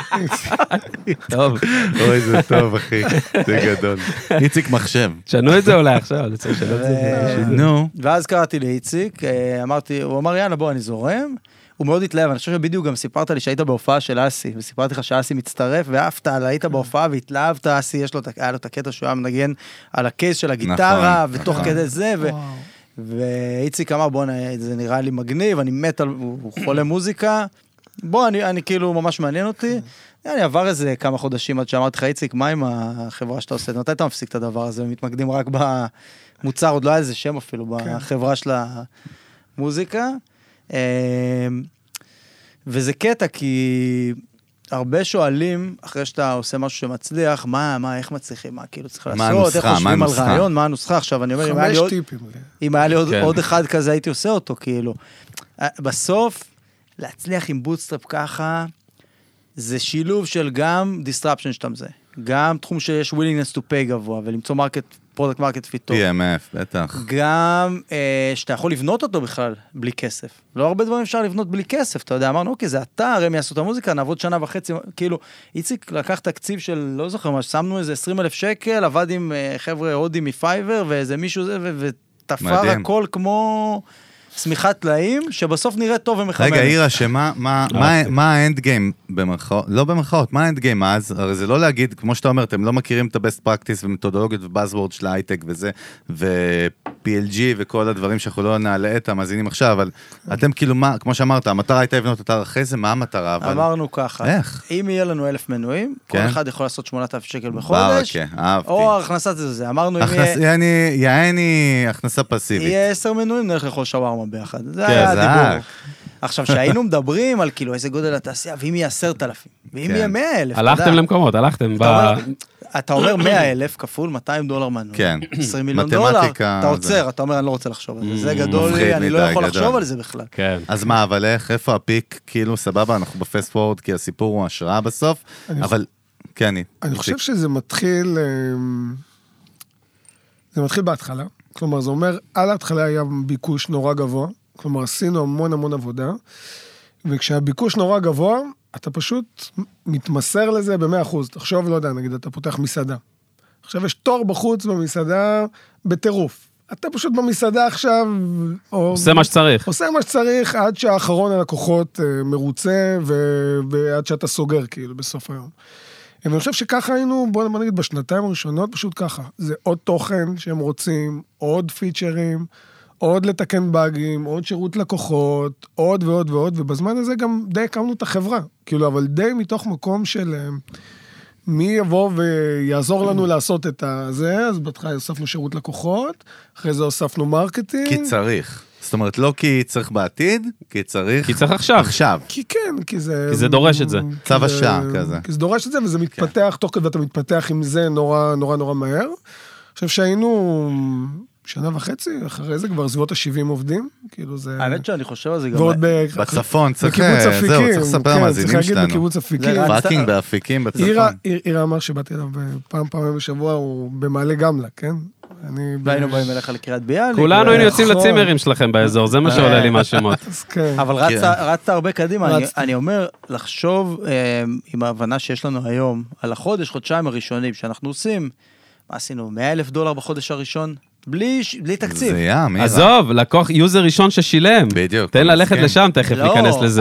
טוב. אוי, זה טוב, אחי. זה גדול. איציק מחשב. שנו את זה אולי עכשיו, נו. ואז קראתי לאיציק, אמרתי, הוא אמר, יאללה, בוא, אני זורם. הוא מאוד התלהב, אני חושב שבדיוק גם סיפרת לי שהיית בהופעה של אסי, וסיפרתי לך שאסי מצטרף, ואהבת על, היית בהופעה והתלהבת, אסי, יש לו, היה לו את הקטע שהוא היה מנגן על הקייס של הגיטרה, ותוך כדי זה, ואיציק אמר, בוא, זה נראה לי מגניב, אני מת על, הוא חולה מוזיקה, בוא, אני כאילו ממש מעניין אותי, אני עבר איזה כמה חודשים עד שאמרתי לך, איציק, מה עם החברה שאתה עושה? מתי אתה מפסיק את הדבר הזה? מתמקדים רק במוצר, עוד לא היה איזה שם אפילו, בחברה של המוזיקה. וזה קטע, כי הרבה שואלים, אחרי שאתה עושה משהו שמצליח, מה, מה, איך מצליחים, מה כאילו צריך לעשות, איך חושבים על רעיון, מה הנוסחה? עכשיו, אני אומר, אם היה לי עוד אחד כזה, הייתי עושה אותו, כאילו. בסוף, להצליח עם בוטסטראפ ככה, זה שילוב של גם disruption שאתה מזה, גם תחום שיש willingness to pay גבוה, ולמצוא מרקט, פרודקט מרקט פיט טוב. פי אם אף, בטח. גם אה, שאתה יכול לבנות אותו בכלל, בלי כסף. לא הרבה דברים אפשר לבנות בלי כסף, אתה יודע, אמרנו, אוקיי, זה אתה, הם יעשו את המוזיקה, נעבוד שנה וחצי, כאילו, איציק לקח תקציב של, לא זוכר מה, שמנו איזה עשרים אלף שקל, עבד עם אה, חבר'ה הודים מפייבר, ואיזה מישהו זה, ותפר הכל כמו... צמיחת טלאים, שבסוף נראה טוב ומחמם. רגע, אירה, שמה, מה, מה, מה האנד גיים במרכאות, לא במרכאות, מה האנד גיים אז? הרי זה לא להגיד, כמו שאתה אומר, אתם לא מכירים את ה-best practice ומתודולוגיות ובאזוורד של ההייטק וזה, ו-פי אל ג'י וכל הדברים שאנחנו לא נעלה את המאזינים עכשיו, אבל אתם כאילו, מה, כמו שאמרת, המטרה הייתה לבנות אתר אחרי זה, מה המטרה? אבל... אמרנו ככה, איך? אם יהיה לנו אלף מנויים, כל אחד יכול לעשות שמונת אלפים שקל בחודש, ברכה, או הכנסת זה, אמרנו אם יהיה... יעני, הכנסה פסיבית. יהיה עשר מנויים, נלך לאכול שווארמה ביחד. זה היה הדיבור. עכשיו, שהיינו מדברים על כאילו איזה גודל התעשייה, ואם יהיה עשרת אלפים, ואם יהיה מאה אלף, הלכתם למקומות, הלכתם. אתה אומר מאה אלף כפול מאתיים דולר מנוי. כן. עשרים מיליון דולר, אתה עוצר, אתה אומר, אני לא רוצה לחשוב על זה. זה גדול לי, אני לא יכול לחשוב על זה בכלל. אז מה, אבל איך, איפה הפיק, כאילו, סבבה, אנחנו בפסט פורוד, כי הסיפור הוא השראה בסוף, אבל, כן, אני. אני חושב שזה מתחיל, זה מתחיל בהתחלה. כלומר, זה אומר, על ההתחלה היה ביקוש נורא גבוה, כלומר, עשינו המון המון עבודה, וכשהביקוש נורא גבוה, אתה פשוט מתמסר לזה ב-מאה אחוז. תחשוב, לא יודע, נגיד, אתה פותח מסעדה. עכשיו יש תור בחוץ במסעדה בטירוף. אתה פשוט במסעדה עכשיו... עושה מה שצריך. עושה מה שצריך עד שהאחרון הלקוחות מרוצה, ועד שאתה סוגר, כאילו, בסוף היום. ואני חושב שככה היינו, בוא נגיד, בשנתיים הראשונות, פשוט ככה. זה עוד תוכן שהם רוצים, עוד פיצ'רים, עוד לתקן באגים, עוד שירות לקוחות, עוד ועוד ועוד, ובזמן הזה גם די הקמנו את החברה. כאילו, אבל די מתוך מקום של... מי יבוא ויעזור לנו לעשות את זה, אז בהתחלה הוספנו שירות לקוחות, אחרי זה הוספנו מרקטינג. כי צריך. זאת אומרת, לא כי צריך בעתיד, כי צריך... כי צריך עכשיו. עכשיו. כי כן, כי זה... כי זה דורש את זה. צו השעה כזה. כי זה דורש את זה, וזה מתפתח, תוך כדי אתה מתפתח עם זה נורא נורא נורא מהר. אני חושב שהיינו שנה וחצי, אחרי זה כבר סביבות ה-שבעים עובדים, כאילו זה... האמת שאני חושב על זה גם... בצפון, צריך... בקיבוץ זהו, אפיקים. צריך לספר למאזינים שלנו. בקיבוץ אפיקים. פאקינג באפיקים בצפון. עירה אמר שבאתי אליו פעם פעם בשבוע, הוא במעלה גמלה, כן? והיינו באים אליך לקריית ביאליק. כולנו היינו יוצאים לצימרים שלכם באזור, זה מה שעולה לי מהשמות. אבל רצת הרבה קדימה, אני אומר, לחשוב עם ההבנה שיש לנו היום, על החודש, חודשיים הראשונים שאנחנו עושים, מה עשינו? מאה אלף דולר בחודש הראשון? בלי, בלי תקציב. זה ים, מירה. עזוב, לקוח יוזר ראשון ששילם. בדיוק. תן ללכת לשם, תכף ניכנס לזה.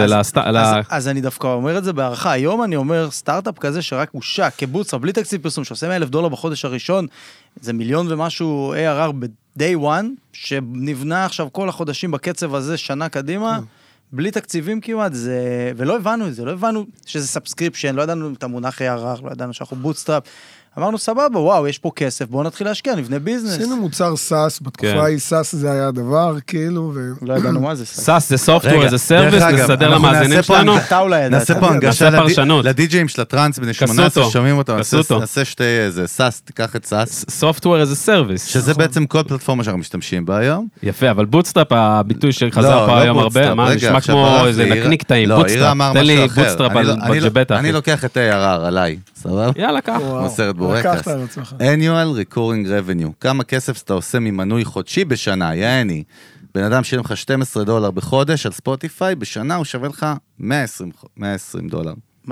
אז אני דווקא אומר את זה בערכה. היום אני אומר, סטארט-אפ כזה שרק הושק, כבוצה, בלי תקציב פרסום, שעושה מאה אלף דולר בחודש הראשון, זה מיליון ומשהו איי אר אר ב-day one, שנבנה עכשיו כל החודשים בקצב הזה, שנה קדימה, בלי תקציבים כמעט, זה... ולא הבנו את זה, לא הבנו שזה סאבסקריפשן, לא ידענו את המונח איי אר אר, לא ידענו שאנחנו בוטסטראפ. אמרנו, סבבה, וואו, יש פה כסף, בואו נתחיל להשקיע, נבנה ביזנס. עשינו מוצר סאס, בתקופה ההיא סאס זה היה הדבר, כאילו, ו... לא ידענו מה זה סאס. סאס זה סופטוור, זה סרוויס, נסדר למאזינים שלנו. נעשה פה הנגשה לדי-ג'יים של הטרנס בני שמונה עשרה, שומעים אותו, נעשה שתי איזה, סאס, תיקח את סאס. סופטוור איזה סרוויס. שזה בעצם כל פלטפורמה שאנחנו משתמשים בה היום. יפה, אבל בוטסטראפ, הביטוי שחזר פה היום הרבה, מה, נשמע כמו איזה נקניק טעים, בוטסטראפ, תן לי בוטסטראפ על בג'בטה. אני לוקח את איי אר אר עליי, סבבה? יאללה, קח. מסרט בורקס. annual recurring revenue. כמה כסף אתה עושה ממנוי חודשי בשנה, יעני. בן אדם שילם לך שנים עשר דולר בחודש על ספוטיפיי, בשנה הוא שווה לך מאה ועשרים דולר.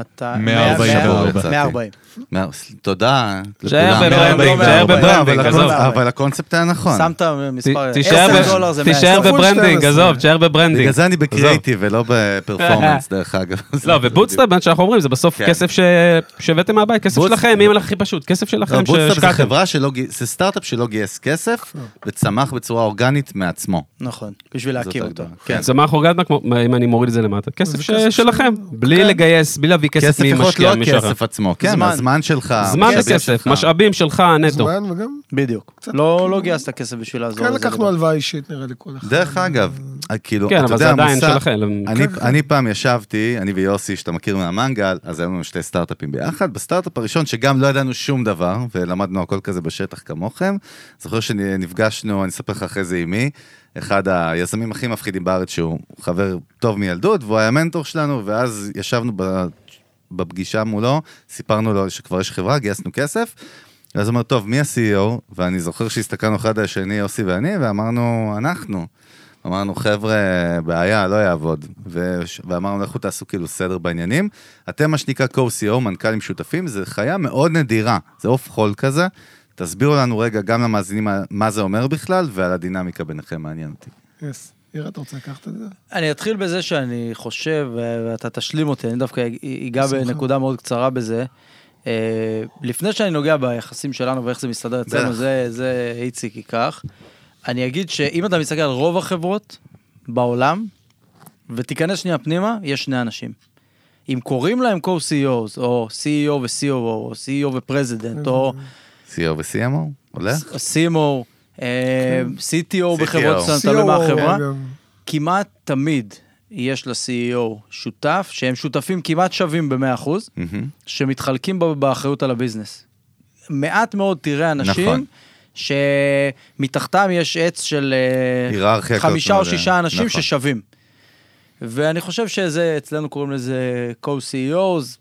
מאה וארבעים. תודה. שער בברנדינג, שער בברנדינג, עזוב. אבל הקונספט היה נכון. שמת מספר, עשר דולר זה מאה. תישאר בברנדינג, עזוב, תישאר בברנדינג. בגלל זה אני בקריאיטיב ולא בפרפורמנס, דרך אגב. לא, ובוטסטראפ, מה שאנחנו אומרים, זה בסוף כסף שהבאתם מהבית, כסף שלכם, אם הלך הכי פשוט, כסף שלכם בוטסטראפ זה חברה, זה סטארט-אפ שלא גייס כסף, וצמח בצורה אורגנית מעצמו. נכון, בשביל להקים אותו. צמח אורגנית, אם אני מוריד את זה למטה, כסף שלכם, בלי לגייס, בלי להביא כסף ממשקיע משחר. כסף עצמו, כן, הזמן שלך. זמן וכסף, משאבים שלך, נטו. זמן וגם... בדיוק. לא גייסת כסף בשביל לעזור. כן, לקחנו הלוואה אישית, נראה לי כל אחד. דרך אגב, כאילו, כן, אבל זה עדיין שלכם. אני פעם ישבתי, אני ויוסי, שאתה מכיר מהמנגל, אז היו לנו שתי סטארט-אפים ביחד. בסטארט-אפ הראשון, שגם לא ידענו שום דבר, ולמדנו הכל כזה בשטח כמוכם. זוכר שנפגשנו, אני אספר לך אחרי זה עם מי, אחד היזמים הכי מפחידים בארץ, שהוא חבר טוב מילדות, והוא היה מנטור שלנו, ואז ישבנו בפגישה מולו, סיפרנו לו שכבר יש חברה, גייסנו כסף, ואז הוא אומר, טוב, מי ה-סי אי או? ואני זוכר שהסתכלנו אחד השני, יוסי ואני, ואמרנו, אנחנו. אמרנו, חבר'ה, בעיה, לא יעבוד. ו... ואמרנו, לכו תעשו כאילו סדר בעניינים. אתם מה שנקרא co-סי אי או, מנכ"לים שותפים, זה חיה מאוד נדירה, זה אוף חול כזה. תסבירו לנו רגע גם למאזינים מה זה אומר בכלל, ועל הדינמיקה ביניכם מעניין אותי. יס. עירה, אתה רוצה לקחת את זה? אני אתחיל בזה שאני חושב, ואתה תשלים אותי, אני דווקא אגע בנקודה מאוד קצרה בזה. לפני שאני נוגע ביחסים שלנו ואיך זה מסתדר אצלנו, זה איציק ייקח. אני אגיד שאם אתה מסתכל על רוב החברות בעולם, ותיכנס שנייה פנימה, יש שני אנשים. אם קוראים להם co-סי אי או's, או סי אי או ו-סי או או, או סי אי או ו-President, או... סי אי או ו-סי אם או? הולך? סי אם או, סי טי או בחברות שלנו, תלוי מהחברה. כמעט תמיד יש ל-סי אי או שותף, שהם שותפים כמעט שווים ב-מאה אחוז, שמתחלקים באחריות על הביזנס. מעט מאוד תראה אנשים, שמתחתם יש עץ של חמישה או שישה אנשים ששווים. ואני חושב שזה, אצלנו קוראים לזה co-סי אי או's,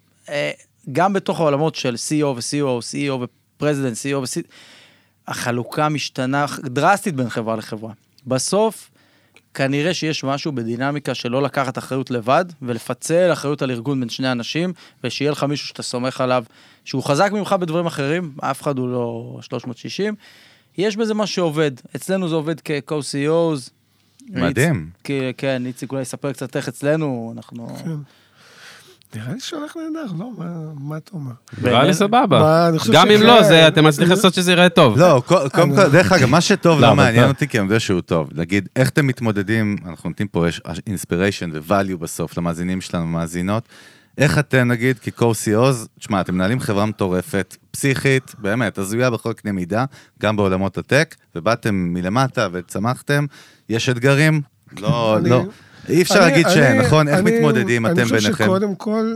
גם בתוך העולמות של סי אי או ו-סי או או, סי אי או ו-President, סי אי או ו-סי... החלוקה משתנה דרסטית בין חברה לחברה. בסוף, כנראה שיש משהו בדינמיקה שלא לקחת אחריות לבד, ולפצל אחריות על ארגון בין שני אנשים, ושיהיה לך מישהו שאתה סומך עליו, שהוא חזק ממך בדברים אחרים, אף אחד הוא לא שלוש מאות שישים, יש בזה מה שעובד. אצלנו זה עובד כ-co-סי אי או'ס. מדהים. כן, איציק אולי יספר קצת איך אצלנו, אנחנו... נראה לי שהולך נהדר, לא? מה אתה אומר? נראה לי סבבה. גם אם לא, אתם מצליחים לעשות שזה יראה טוב. לא, קודם כל, דרך אגב, מה שטוב לא מעניין אותי, כי אני יודע שהוא טוב. להגיד, איך אתם מתמודדים, אנחנו נותנים פה אינספיריישן ו-value בסוף למאזינים שלנו, מאזינות, איך אתם, נגיד, כ-co-סי אי או'ס, תשמע, אתם מנהלים חברה מטורפת, פסיכית, באמת, הזויה בכל קנה מידה, גם בעולמות הטק, ובאתם מלמטה וצמחתם, יש אתגרים? לא, לא. אי אפשר להגיד שאין, נכון? איך מתמודדים אתם ביניכם? אני חושב שקודם כל,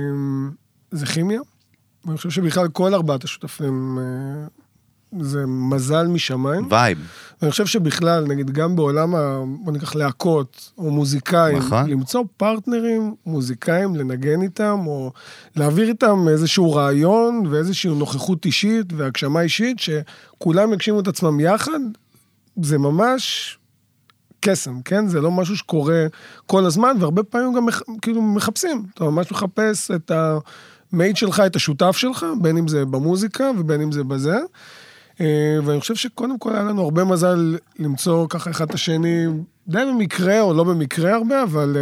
זה כימיה, ואני חושב שבכלל כל ארבעת השותפים, זה מזל משמיים. וייב. אני חושב שבכלל, נגיד, גם בעולם, בוא ניקח להקות, או מוזיקאים, למצוא פרטנרים מוזיקאים, לנגן איתם, או להעביר איתם איזשהו רעיון, ואיזושהי נוכחות אישית, והגשמה אישית, שכולם יגשימו את עצמם יחד, זה ממש... קסם, כן? זה לא משהו שקורה כל הזמן, והרבה פעמים גם כאילו מחפשים. אתה ממש מחפש את המייט שלך, את השותף שלך, בין אם זה במוזיקה ובין אם זה בזה. ואני חושב שקודם כל היה לנו הרבה מזל למצוא ככה אחד את השני, די במקרה או לא במקרה הרבה, אבל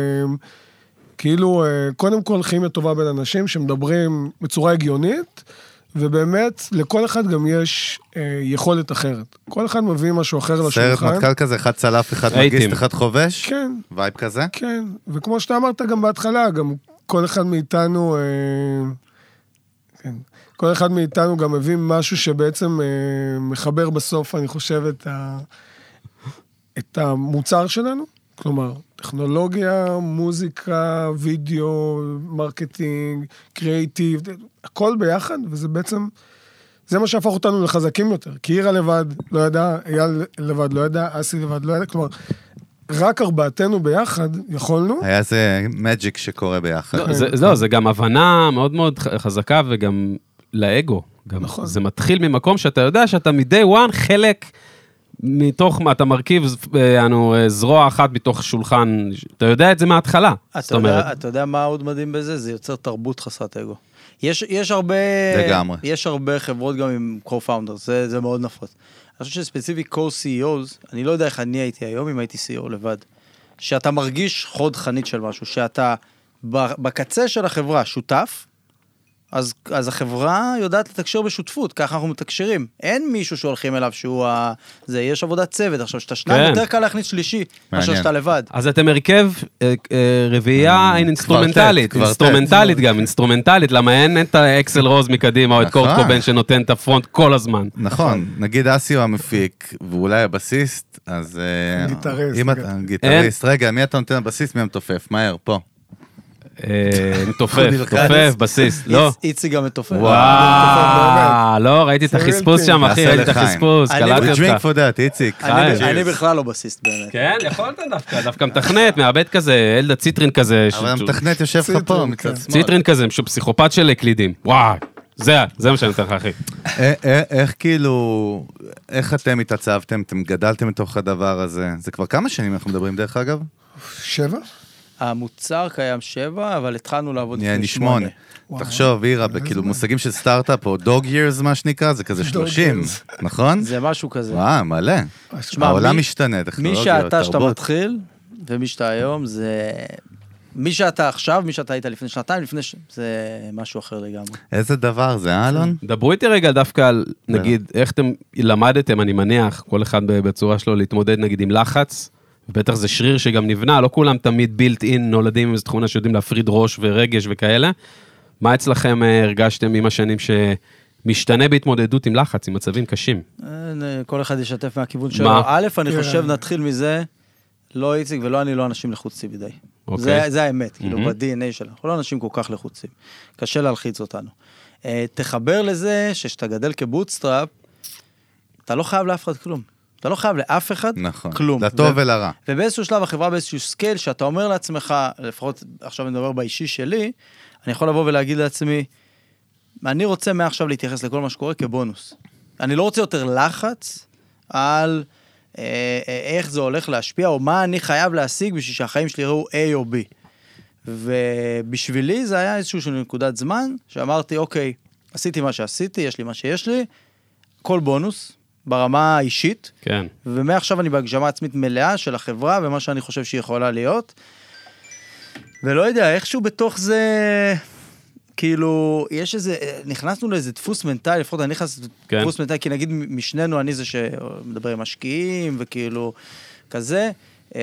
כאילו קודם כל כימיה טובה בין אנשים שמדברים בצורה הגיונית, ובאמת, לכל אחד גם יש אה, יכולת אחרת. כל אחד מביא משהו אחר לשולחן. סרט מטכ"ל כזה, אחד צלף, אחד מגיסט, אחד חובש? כן. וייב כזה? כן, וכמו שאתה אמרת גם בהתחלה, גם כל אחד מאיתנו, אה, כן, כל אחד מאיתנו גם מביא משהו שבעצם אה, מחבר בסוף, אני חושב, את, ה, את המוצר שלנו. כלומר, טכנולוגיה, מוזיקה, וידאו, מרקטינג, קריאיטיב, הכל ביחד, וזה בעצם, זה מה שהפך אותנו לחזקים יותר. כי עירה לבד לא ידע, אייל לבד לא ידע, אסי לבד לא ידע, כלומר, רק ארבעתנו ביחד יכולנו. היה זה מג'יק שקורה ביחד. לא, זה, לא, זה גם הבנה מאוד מאוד חזקה, וגם לאגו. גם נכון. זה מתחיל ממקום שאתה יודע שאתה מדי וואן חלק... מתוך מה אתה מרכיב, אנו, זרוע אחת מתוך שולחן, אתה יודע את זה מההתחלה. אתה יודע, אתה יודע מה עוד מדהים בזה? זה יוצר תרבות חסרת אגו. יש, יש הרבה, לגמרי. יש הרבה חברות גם עם co-founders, זה, זה מאוד נפוץ. אני חושב שספציפי co-סי אי או'ס, אני לא יודע איך אני הייתי היום, אם הייתי סי אי או לבד. שאתה מרגיש חוד חנית של משהו, שאתה בקצה של החברה שותף, אז, אז החברה יודעת לתקשר בשותפות, ככה אנחנו מתקשרים. אין מישהו שהולכים אליו שהוא ה... זה, יש עבודת צוות. עכשיו, שאתה שניים, יותר קל להכניס שלישי, מאשר שאתה לבד. אז אתם הרכב רביעייה אינסטרומנטלית, אינסטרומנטלית גם, אינסטרומנטלית, למה אין את האקסל רוז מקדימה, או את קורט קובן שנותן את הפרונט כל הזמן. נכון, נגיד אסי הוא המפיק, ואולי הבסיסט, אז... גיטריסט. גיטריסט, רגע, מי אתה נותן הבסיסט, מי המתופף? מהר, פה. מתופף, תופף, בסיס, לא. איצי גם מתופף. וואו, לא, ראיתי את החספוס שם, אחי, ראיתי את החספוס, קלטתי אותך. drink for that, איציק. אני בכלל לא בסיסט באמת. כן, יכולת דווקא, דווקא מתכנת, מאבד כזה, אלדה ציטרין כזה. אבל המתכנת יושב לך פה, מצד שמאל. ציטרין כזה, משהו פסיכופת של קלידים. וואו, זה, זה מה שאני נותן לך, אחי. איך כאילו, איך אתם התעצבתם, אתם גדלתם מתוך הדבר הזה? זה כבר כמה שנים אנחנו מדברים דרך אגב? שבע? המוצר קיים שבע, אבל התחלנו לעבוד לפני שמונה. תחשוב, עירה, כאילו מושגים של סטארט-אפ, או דוג ירס, מה שנקרא, זה כזה שלושים, נכון? זה משהו כזה. וואו, מלא. העולם משתנה, טכנולוגיות, מי שאתה שאתה מתחיל, ומי שאתה היום, זה... מי שאתה עכשיו, מי שאתה היית לפני שנתיים, לפני ש... זה משהו אחר לגמרי. איזה דבר זה, אה, אלון? דברו איתי רגע דווקא על, נגיד, איך אתם למדתם, אני מניח, כל אחד בצורה שלו להתמודד, נגיד, עם לחץ, ובטח זה שריר שגם נבנה, לא כולם תמיד בילט אין, נולדים עם איזו תכונה שיודעים להפריד ראש ורגש וכאלה. מה אצלכם הרגשתם עם השנים שמשתנה בהתמודדות עם לחץ, עם מצבים קשים? כל אחד ישתף מהכיוון שלו. א', אני חושב, נתחיל מזה, לא איציק ולא אני לא אנשים לחוצים מדי. זה האמת, כאילו, ב-די אן איי שלנו. אנחנו לא אנשים כל כך לחוצים. קשה להלחיץ אותנו. תחבר לזה ששאתה גדל כבוטסטראפ, אתה לא חייב לאף אחד כלום. אתה לא חייב לאף אחד נכון, כלום. לטוב ולרע. ובאיזשהו שלב החברה באיזשהו סקייל, שאתה אומר לעצמך, לפחות עכשיו אני מדבר באישי שלי, אני יכול לבוא ולהגיד לעצמי, אני רוצה מעכשיו להתייחס לכל מה שקורה כבונוס. אני לא רוצה יותר לחץ על איך זה הולך להשפיע, או מה אני חייב להשיג בשביל שהחיים שלי יראו A או B. ובשבילי זה היה איזשהו נקודת זמן, שאמרתי, אוקיי, עשיתי מה שעשיתי, יש לי מה שיש לי, כל בונוס, ברמה האישית, כן. ומעכשיו אני בהגשמה עצמית מלאה של החברה, ומה שאני חושב שהיא יכולה להיות, ולא יודע, איכשהו בתוך זה, כאילו, יש איזה, נכנסנו לאיזה דפוס מנטלי, לפחות אני נכנס כן. לדפוס מנטלי, כי נגיד משנינו אני זה שמדבר עם משקיעים, וכאילו, כזה,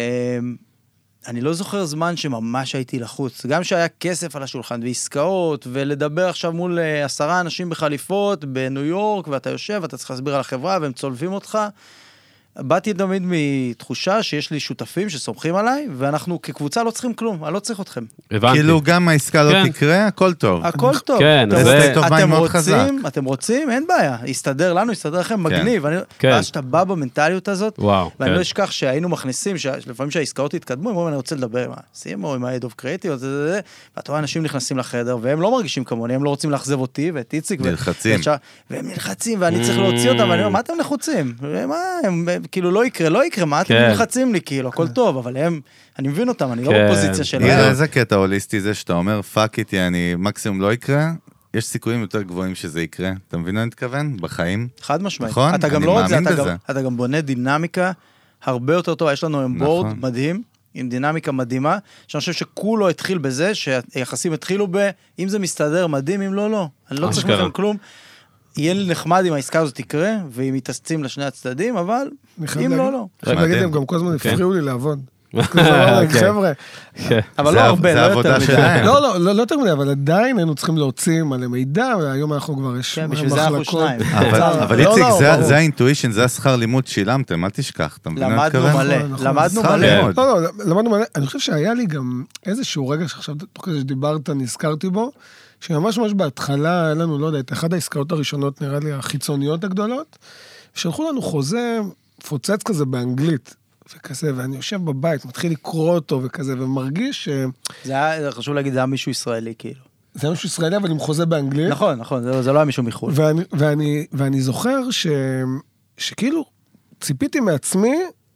אני לא זוכר זמן שממש הייתי לחוץ, גם שהיה כסף על השולחן ועסקאות, ולדבר עכשיו מול עשרה אנשים בחליפות בניו יורק, ואתה יושב, ואתה צריך להסביר על החברה, והם צולבים אותך. באתי תמיד מתחושה שיש לי שותפים שסומכים עליי, ואנחנו כקבוצה לא צריכים כלום, אני לא צריך אתכם. הבנתי. כאילו גם העסקה לא כן. תקרה, הכל טוב. הכל טוב. כן, אתם, זה- טוב, מים אתם מאוד חזק. רוצים, אתם רוצים, אין בעיה. יסתדר לנו, יסתדר לכם, מגניב. אני- כן. ואז שאתה בא במנטליות הזאת, וואו, ואני כן. לא אשכח שהיינו מכניסים, שלפעמים שהעסקאות התקדמו, הם אומרים, אני רוצה לדבר עם ה-סי אם או, עם ה-Head of Creative, זה, זה, זה, ואתה רואה אנשים נכנסים לחדר, והם לא מרגישים כמוני, הם לא רוצים לאכזב אותי ואת איציק. ו- נלחצים. ושאר- והם נלחצים, ואני צריך להוציא אותם, ואני אומר, מה אתם לחוצים? מה, הם, הם, כאילו, לא יקרה, לא יקרה, מה אתם כן. נלחצים לי, כאילו, הכל טוב, אבל הם, אני מבין אותם, אני לא כן. בפוזיציה שלהם. נראה איזה קטע הוליסטי זה שאתה אומר, פאק איתי, אני מקסימום לא יקרה, יש סיכויים יותר גבוהים שזה יקרה. אתה מבין מה אני מתכוון? בחיים. חד משמעית. נכון? אתה גם אני לא רק זה, מאמין אתה בזה. גם, אתה גם בונה דינמיקה הרבה יותר טובה, יש לנו עם בורד נכון. מדהים, עם דינמיקה מדהימה, שאני חושב שכולו התחיל בזה, שהיחסים התחילו ב, אם זה מסתדר מדהים, אם לא, לא. אני לא צריך אשכרה. לכם כלום. יהיה לי נחמד אם העסקה הזאת תקרה, ואם מתעסצים לשני הצדדים, אבל אני חייב אם להגיד- לא, לא. אני חייב מדהים. להגיד, הם גם כל הזמן כן. הפריעו לי לעבוד. כזה אמרתי, אוקיי. חבר'ה, כן. אבל זה לא ה- הרבה, זה לא העבודה יותר מדי. שלהם. לא, לא, לא לא יותר מדי, אבל עדיין היינו צריכים להוציא מלא מידע, והיום אנחנו כבר יש כן, בשביל זה אנחנו מחלקות. שניים. אבל לא, אבל לא, איציק, לא, זה- ברור. זה האינטואישן, זה השכר לימוד שילמתם, אל תשכח, אתה מבין מה אני למדנו מתכוון? מלא, נכון, נכון. למדנו שכר מלא. לימוד. לא, לא, למדנו מלא. אני חושב שהיה לי גם איזשהו רגע שעכשיו, תוך כדי שדיברת, נזכרתי בו, שממש ממש בהתחלה היה לנו, לא יודע, את אחת העסקאות הראשונות, נראה לי, החיצוניות הגדולות, שלחו לנו חוזה פוצץ כזה באנגלית, וכזה, ואני יושב בבית, מתחיל לקרוא אותו וכזה, ומרגיש ש... זה היה, חשוב להגיד, זה היה מישהו ישראלי, כאילו. זה היה משהו ישראלי, אבל עם חוזה באנגלית. נכון, נכון, זה זה לא היה מישהו מחו"ל. ואני, ואני, ואני זוכר ש, שכאילו ציפיתי מעצמי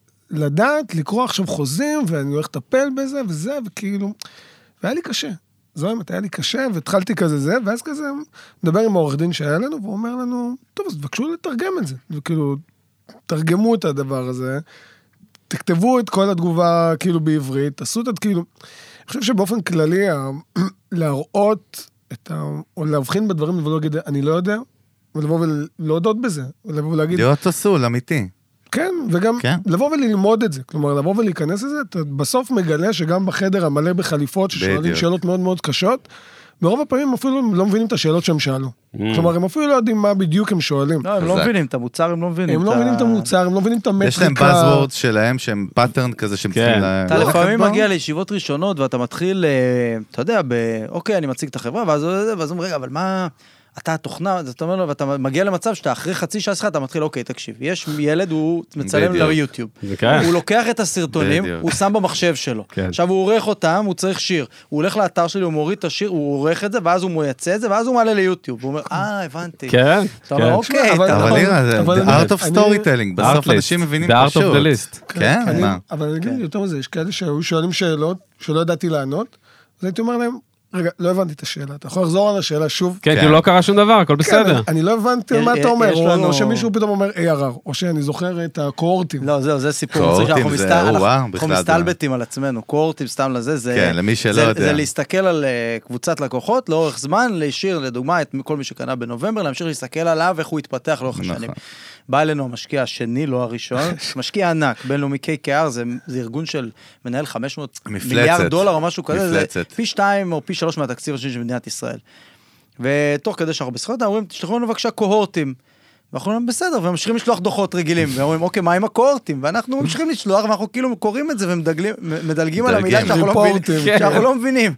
לדעת לקרוא עכשיו חוזים, ואני הולך לטפל בזה וזה, וכאילו, והיה לי קשה. זו האמת, היה לי קשה, והתחלתי כזה זה, ואז כזה, מדבר עם העורך דין שהיה לנו, והוא אומר לנו, טוב, אז תבקשו לתרגם את זה. וכאילו, תרגמו את הדבר הזה, תכתבו את כל התגובה כאילו בעברית, תעשו את כאילו, אני חושב שבאופן כללי, ה- להראות את ה... או להבחין בדברים ולא להגיד, אני לא יודע, ולבוא ולהודות בזה, ולבוא ולהגיד, להיות תסול, אמיתי. כן, וגם כן. לבוא וללמוד את זה, כלומר, לבוא ולהיכנס לזה, אתה בסוף מגלה שגם בחדר המלא בחליפות, ששואלים בדיוק. שאלות מאוד מאוד קשות, ברוב הפעמים אפילו לא מבינים את השאלות שהם שאלו. כלומר, הם אפילו לא יודעים מה בדיוק הם שואלים. לא, הם לא חזק. מבינים את המוצר, הם לא מבינים. הם לא מבינים את המוצר, הם לא מבינים את המטריקה. יש להם buzzwords שלהם, שהם פאטרן כזה שהם צריכים... כן. ל- אתה לא, לפעמים בוא. מגיע לישיבות ראשונות, ואתה מתחיל, אה, אתה יודע, ב- אוקיי, אני מציג את החברה, ואז ואז אומרים, רגע, אבל מה... אתה התוכנה, אז אתה אומר לו, ואתה מגיע למצב שאתה אחרי חצי שעה שיחה, אתה מתחיל, אוקיי, תקשיב, יש ילד, הוא מצלם בדיוק. ליוטיוב. זה כן. הוא לוקח את הסרטונים, בדיוק. הוא שם במחשב שלו. כן. עכשיו הוא עורך אותם, הוא צריך שיר. הוא הולך לאתר שלי, הוא מוריד את השיר, הוא עורך את זה, ואז הוא מייצא את זה, ואז הוא מעלה ליוטיוב. הוא אומר, אה, הבנתי. כן, אתה אומר, כן. אוקיי, אבל- אתה אבל לא- נראה, זה אבל the אני- art of אני- storytelling, בסוף Artlist, אנשים מבינים the art of פשוט. the list. כן, אני- מה? אבל אני אגיד כן. יותר מזה, יש כאלה שהיו שואלים שאלות שלא ידעתי לענות, אז הייתי אומר להם, רגע, לא הבנתי את השאלה, אתה יכול לחזור על השאלה שוב? כן, כן. כאילו לא קרה שום דבר, הכל כן, בסדר. אני- אני לא הבנתי יש- מה אתה יש אומר, או- לנו- או שמישהו פתאום אומר איי אר אר, או שאני זוכר את הקוהורטים. לא, זהו, זה סיפור. קוהורטים מצחיק שאנחנו זה- מסת- אנחנו- וואו, אנחנו בכלל מסתלבטים על עצמנו, קוהורטים סתם לזה, זה... כן, למי שלא זה- יודע. זה להסתכל על אה, קבוצת לקוחות לאורך זמן, להשאיר, לדוגמה, את כל מי שקנה בנובמבר, להמשיך להסתכל עליו, איך הוא התפתח לאורך נכון. השנים. בא אלינו המשקיע השני, לא הראשון, משקיע ענק, בינלאומי קיי קיי אר, זה זה ארגון של מנהל חמש מאות מפלצת. מיליארד דולר או משהו כזה, זה מפלצת. פי שתיים או פי שלוש מהתקציב השני של מדינת ישראל. ותוך כדי שאנחנו בשיחות, אומרים, תשלחו לנו בבקשה קוהורטים. ואנחנו אומרים, בסדר, וממשיכים לשלוח דוחות רגילים, ואומרים, אוקיי, מה עם הקוהורטים? ואנחנו ממשיכים לשלוח, ואנחנו כאילו קוראים את זה, ומדלגים על המילה שאנחנו לא מבינים. ריפורטים. שאנחנו לא מבינים.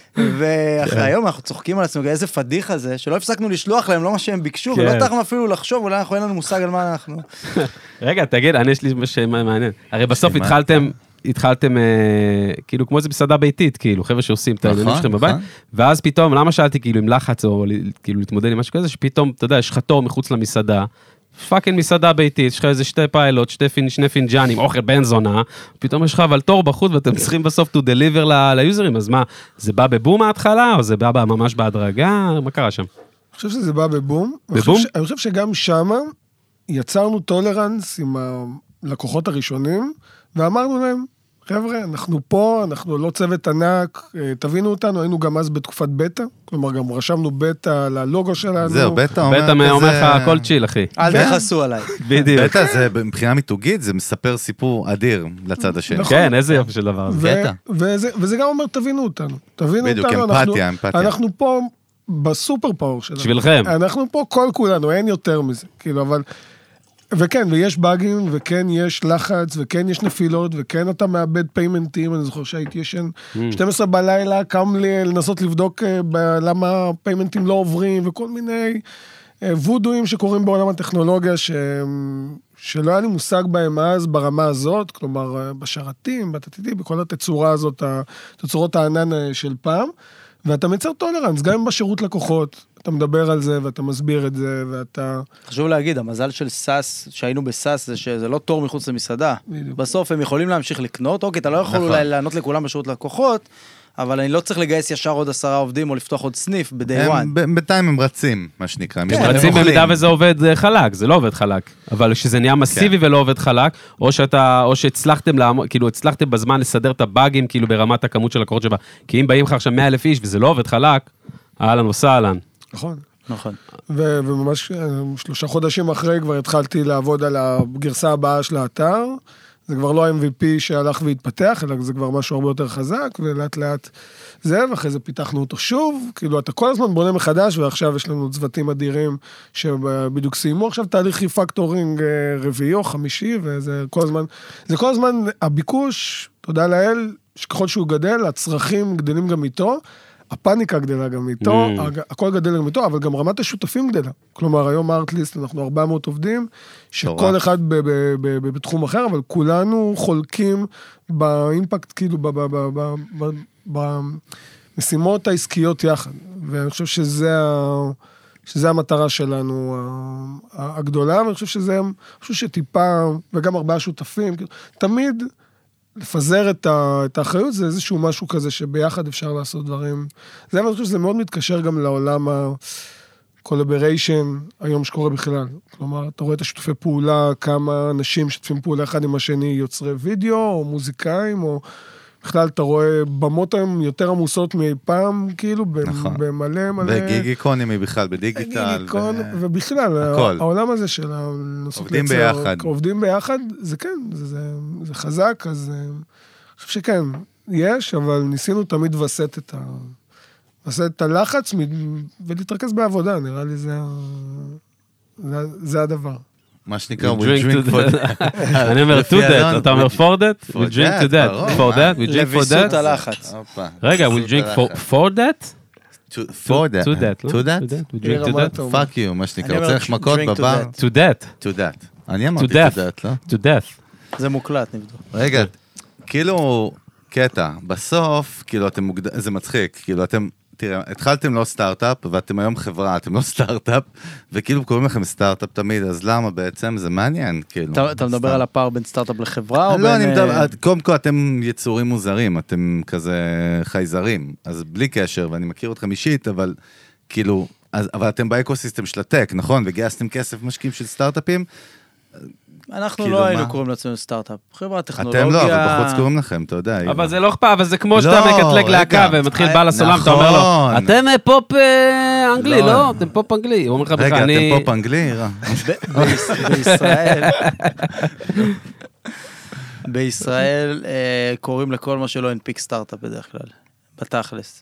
והיום אנחנו צוחקים על עצמנו, איזה פדיחה זה, שלא הפסקנו לשלוח להם, לא מה שהם ביקשו, ולא כן. תכנו אפילו לחשוב, אולי אנחנו אין לנו מושג על מה אנחנו. רגע, תגיד, אני יש לי משהו מעניין. הרי בסוף שמה? התחלתם, התחלתם, אה, כאילו, כמו איזה מסעדה ביתית, כאילו, חבר'ה שעושים את העניינים נכון, שלכם בבית, נכון. ואז פתאום, למה שאלתי, כאילו, עם לחץ, או כאילו, להתמודד עם משהו כזה, שפתאום, אתה יודע, יש לך תור מחוץ למסעדה, פאקינג מסעדה ביתית, יש לך איזה שתי פיילות, שתי פין, שני פינג'נים, אוכל בן זונה, פתאום יש לך אבל תור בחוץ, ואתם צריכים בסוף to deliver ליוזרים, אז מה, זה בא בבום ההתחלה, או זה בא ממש בהדרגה? מה קרה שם? אני חושב שזה בא בבום. בבום? אני חושב שגם שמה יצרנו טולרנס עם הלקוחות הראשונים, ואמרנו להם, חבר'ה, אנחנו פה, אנחנו לא צוות ענק, תבינו אותנו, היינו גם אז בתקופת בטא, כלומר גם רשמנו בטא ללוגו שלנו. זהו, בטא אומר כזה... בטא אומר לך הכל צ'יל, אחי. אל תחסו עליי. בדיוק. בטא זה, מבחינה מיתוגית, זה מספר סיפור אדיר לצד השני. כן, איזה יופי של דבר. בטא. וזה גם אומר, תבינו אותנו. תבינו אותנו. בדיוק, אמפתיה, אמפתיה. אנחנו פה בסופר פאור שלנו. בשבילכם. אנחנו פה כל כולנו, אין יותר מזה. כאילו, אבל... וכן, ויש באגים, וכן יש לחץ, וכן יש נפילות, וכן אתה מאבד פיימנטים, אני זוכר שהייתי ישן שתים עשרה בלילה, קם לי לנסות לבדוק למה פיימנטים לא עוברים, וכל מיני וודואים שקורים בעולם הטכנולוגיה, ש... שלא היה לי מושג בהם אז ברמה הזאת, כלומר בשרתים, בתתידי, בכל התצורה הזאת, תצורות הענן של פעם, ואתה מייצר טולרנס, גם אם בשירות לקוחות, אתה מדבר על זה, ואתה מסביר את זה, ואתה... חשוב להגיד, המזל של סאס, שהיינו בסאס, זה שזה לא תור מחוץ למסעדה. בדיוק. בסוף הם יכולים להמשיך לקנות, אוקיי, אתה לא יכול אולי לענות לכולם בשירות לקוחות, אבל אני לא צריך לגייס ישר עוד עשרה עובדים, או לפתוח עוד סניף ב-day one. בינתיים הם רצים, מה שנקרא. הם רצים במידה וזה עובד חלק, זה לא עובד חלק. אבל שזה נהיה מסיבי ולא עובד חלק, או שאתה, או שהצלחתם, כאילו, הצלחתם בזמן לסדר את הבאגים, כאילו, ברמת הכמות של לקוחות שבה. כי אם באים לך עכשיו מאה אלף איש, וזה לא עובד חלק, אהלן וסהלן. נכון. נכון. וממש שלושה חודשים אחרי כבר התחלתי לעבוד על הגרסה הבאה של האתר, זה כבר לא ה-אם וי פי שהלך והתפתח, אלא זה כבר משהו הרבה יותר חזק, ולאט לאט זה, ואחרי זה פיתחנו אותו שוב, כאילו אתה כל הזמן בונה מחדש, ועכשיו יש לנו צוותים אדירים שבדיוק סיימו עכשיו תהליך ריפקטורינג רביעי או חמישי, וזה כל הזמן, זה כל הזמן הביקוש, תודה לאל, שככל שהוא גדל, הצרכים גדלים גם איתו, הפאניקה גדלה גם איתו, mm. הכל גדל גם איתו, אבל גם רמת השותפים גדלה. כלומר, היום ארטליסט, אנחנו ארבע מאות עובדים, שכל אחד ב- ב- ב- ב- בתחום אחר, אבל כולנו חולקים באימפקט, כאילו, במשימות העסקיות יחד. ואני חושב שזה, שזה המטרה שלנו הגדולה, ואני חושב שזה, אני חושב שטיפה, וגם ארבעה שותפים, תמיד, לפזר את, ה, את האחריות, זה איזשהו משהו כזה שביחד אפשר לעשות דברים. זה אני חושב שזה מאוד מתקשר גם לעולם ה-collaboration, היום שקורה בכלל. כלומר, אתה רואה את השיתופי פעולה, כמה אנשים שתפים פעולה אחד עם השני, יוצרי וידאו, או מוזיקאים, או בכלל אתה רואה במות היום יותר עמוסות מאי פעם, כאילו, נכון. במלא מלא... וגיג איקונומי בכלל, בדיגיטל. גיג איקון, ו... ובכלל, הכל. העולם הזה של... עובדים לצר, ביחד. עובדים ביחד, זה כן, זה, זה, זה חזק, אז אני חושב שכן, יש, אבל ניסינו תמיד וסת את ה... וסת את הלחץ ולהתרכז בעבודה, נראה לי זה, זה, זה הדבר. מה שנקרא, we drink for that. אני אומר to that, אתה אומר for that? we drink to that, for that, we drink for that. לביסות הלחץ. רגע, we drink for that? for that. to that, to that? we drink to that? fuck you, מה שנקרא, רוצה לך מכות בבר? to that. to that. אני אמרתי to to that, לא? to death. זה מוקלט, נבדוק. רגע, כאילו, קטע, בסוף, כאילו, אתם מוגד... זה מצחיק, כאילו, אתם... תראה, התחלתם לא סטארט-אפ, ואתם היום חברה, אתם לא סטארט-אפ, וכאילו קוראים לכם סטארט-אפ תמיד, אז למה בעצם? זה מעניין, כאילו. אתה מדבר על הפער בין סטארט-אפ לחברה, או בין... לא, אני מדבר, קודם כל אתם יצורים מוזרים, אתם כזה חייזרים, אז בלי קשר, ואני מכיר אתכם אישית, אבל כאילו, אבל אתם באקוסיסטם של הטק, נכון? וגייסתם כסף משקיעים של סטארט-אפים, אנחנו לא היינו קוראים לעצמנו סטארט-אפ. חברה טכנולוגיה... אתם לא, אבל בחוץ קוראים לכם, אתה יודע. אבל זה לא אכפת, אבל זה כמו שאתה מקטלג להקה ומתחיל בעל הסולם, אתה אומר לו, אתם פופ אנגלי, לא? אתם פופ אנגלי. הוא אומר לך בכלל, אני... רגע, אתם פופ אנגלי? בישראל... בישראל קוראים לכל מה שלא הנפיק סטארט-אפ בדרך כלל. בתכלס.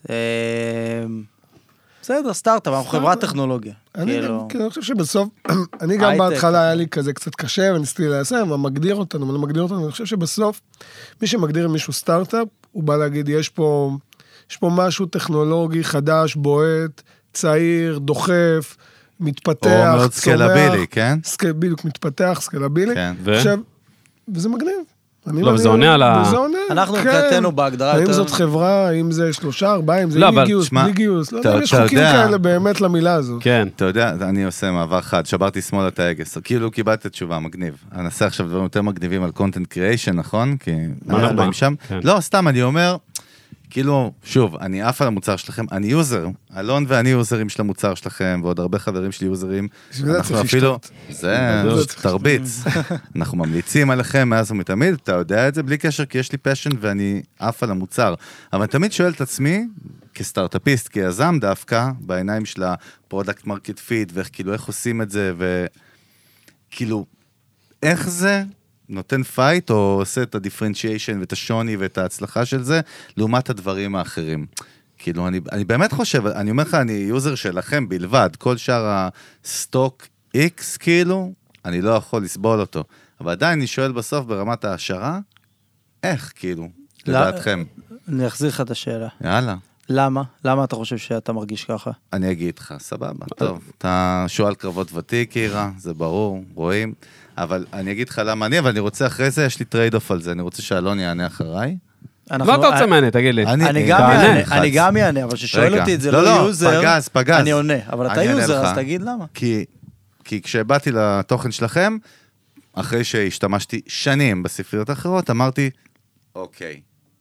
בסדר, סטארט-אפ, אנחנו חברת טכנולוגיה. אני חושב שבסוף, אני גם בהתחלה היה לי כזה קצת קשה, וניסיתי לעשות, מה מגדיר אותנו, מה לא מגדיר אותנו, אני חושב שבסוף, מי שמגדיר מישהו סטארט-אפ, הוא בא להגיד, יש פה, יש פה משהו טכנולוגי חדש, בועט, צעיר, דוחף, מתפתח, או מאוד סקלבילי, כן? בדיוק, מתפתח, סקלבילי. עכשיו, וזה מגניב. אני לא, וזה עונה על ה... וזה עונה, אנחנו כן. מבחינתנו בהגדרה האם יותר... זאת חברה, האם זה שלושה, ארבעה, אם זה לא, עם אבל גיוס, שמע, בלי גיוס, לא אתה- יודע, יש אתה חוקים יודע- כאלה באמת למילה הזו. כן. אתה יודע, אני עושה מעבר חד, שברתי שמאל את ההגס, כאילו קיבלת תשובה, מגניב. אני אעשה עכשיו דברים יותר מגניבים על קונטנט קריאיישן, נכון? כי אנחנו מה? באים שם. כן. לא, סתם, אני אומר, כאילו, שוב, אני עף על המוצר שלכם, אני יוזר, אלון ואני יוזרים של המוצר שלכם, ועוד הרבה חברים שלי יוזרים. בשביל זה אנחנו צריך אפילו, לשתות. זה זה תרביץ. אנחנו ממליצים עליכם מאז ומתמיד, אתה יודע את זה בלי קשר, כי יש לי פשן ואני עף על המוצר. אבל אני תמיד שואל את עצמי, כסטארט-אפיסט, כיזם דווקא, בעיניים של הפרודקט מרקט פיט, ואיך כאילו, איך עושים את זה, וכאילו, איך זה נותן פייט, או עושה את הדיפרנציאשן ואת השוני ואת ההצלחה של זה, לעומת הדברים האחרים. כאילו, אני, אני באמת חושב, אני אומר לך, אני יוזר שלכם בלבד, כל שאר הסטוק X, כאילו, אני לא יכול לסבול אותו. אבל עדיין אני שואל בסוף ברמת ההשערה, איך, כאילו, לדעתכם? אני אחזיר לך את השאלה. יאללה. למה? למה אתה חושב שאתה מרגיש ככה? אני אגיד לך, סבבה, טוב, אתה שואל קרבות ותיק, אירה, זה ברור, רואים, אבל אני אגיד לך למה אני, אבל אני רוצה אחרי זה, יש לי טרייד אוף על זה, אני רוצה שאלון יענה אחריי. אנחנו- מה אתה רוצה ממני, תגיד לי? אני גם תענה. יענה, אני גם יענה, אבל ששואל רגע. אותי את זה לא, לא לא, יוזר, פגז, פגז. אני עונה, אבל אתה אני אענה יוזר, לך. אז תגיד למה. כי, כי כשבאתי לתוכן שלכם, אחרי שהשתמשתי שנים בספריות האחרות, אמרתי, אוקיי,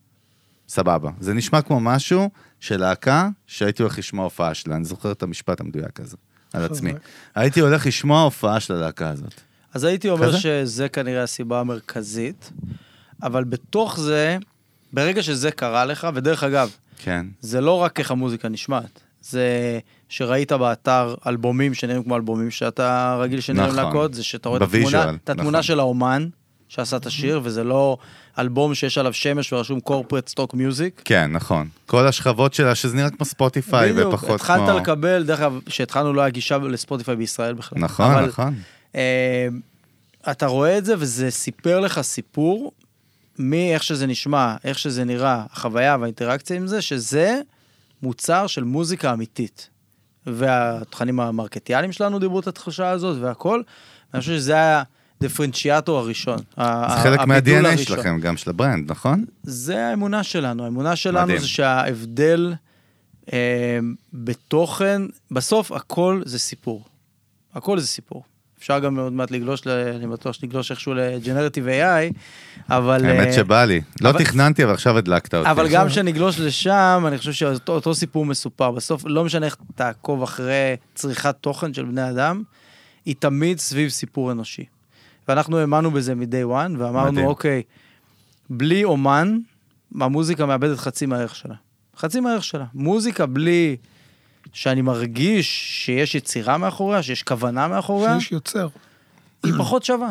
סבבה. זה נשמע כמו משהו של להקה שהייתי הולך לשמוע הופעה שלה, אני זוכר את המשפט המדויק הזה, על עצמי. הייתי הולך לשמוע הופעה של הלהקה הזאת. אז הייתי אומר כזה? שזה כנראה הסיבה המרכזית, אבל בתוך זה, ברגע שזה קרה לך, ודרך אגב, כן. זה לא רק איך המוזיקה נשמעת, זה שראית באתר אלבומים שנראים כמו אלבומים שאתה רגיל שנראים נכון. להקות, זה שאתה רואה את בוויז'ואל, התמונה, את התמונה נכון. של האומן שעשה את השיר, וזה לא אלבום שיש עליו שמש ורשום corporate stock music. כן, נכון. כל השכבות שלה, שזה נראה כמו ספוטיפיי, בדיוק, ופחות כמו... התחלת לקבל, דרך אגב, שהתחלנו לא היה גישה לספוטיפיי בישראל בכלל. נכון, אבל, נכון. אה, אתה רואה את זה, וזה סיפר לך סיפור, מאיך שזה נשמע, איך שזה נראה, החוויה והאינטראקציה עם זה, שזה מוצר של מוזיקה אמיתית. והתכנים המרקטיאליים שלנו דיברו את התחושה הזאת, והכל. אני חושב שזה היה דיפרנציאטור הראשון. זה חלק מה-די אן איי שלכם, גם של הברנד, נכון? זה האמונה שלנו. האמונה שלנו מדהים. זה שההבדל אה, בתוכן, בסוף הכל זה סיפור. הכל זה סיפור. אפשר גם מאוד מעט לגלוש, ל- אני בטוח שנגלוש איכשהו לג'נרטיב איי איי, אבל... האמת אה, שבא לי. לא אבל- תכננתי, אבל עכשיו הדלקת אותי. אבל גם כשנגלוש לשם, אני חושב שאותו אותו סיפור מסופר. בסוף, לא משנה איך תעקוב אחרי צריכת תוכן של בני אדם, היא תמיד סביב סיפור אנושי. ואנחנו האמנו בזה מ-day one, ואמרנו, מדהים. אוקיי, בלי אומן, המוזיקה מאבדת חצי מהערך שלה. חצי מהערך שלה. מוזיקה בלי שאני מרגיש שיש יצירה מאחוריה, שיש כוונה מאחוריה, שיש יוצר. היא פחות שווה.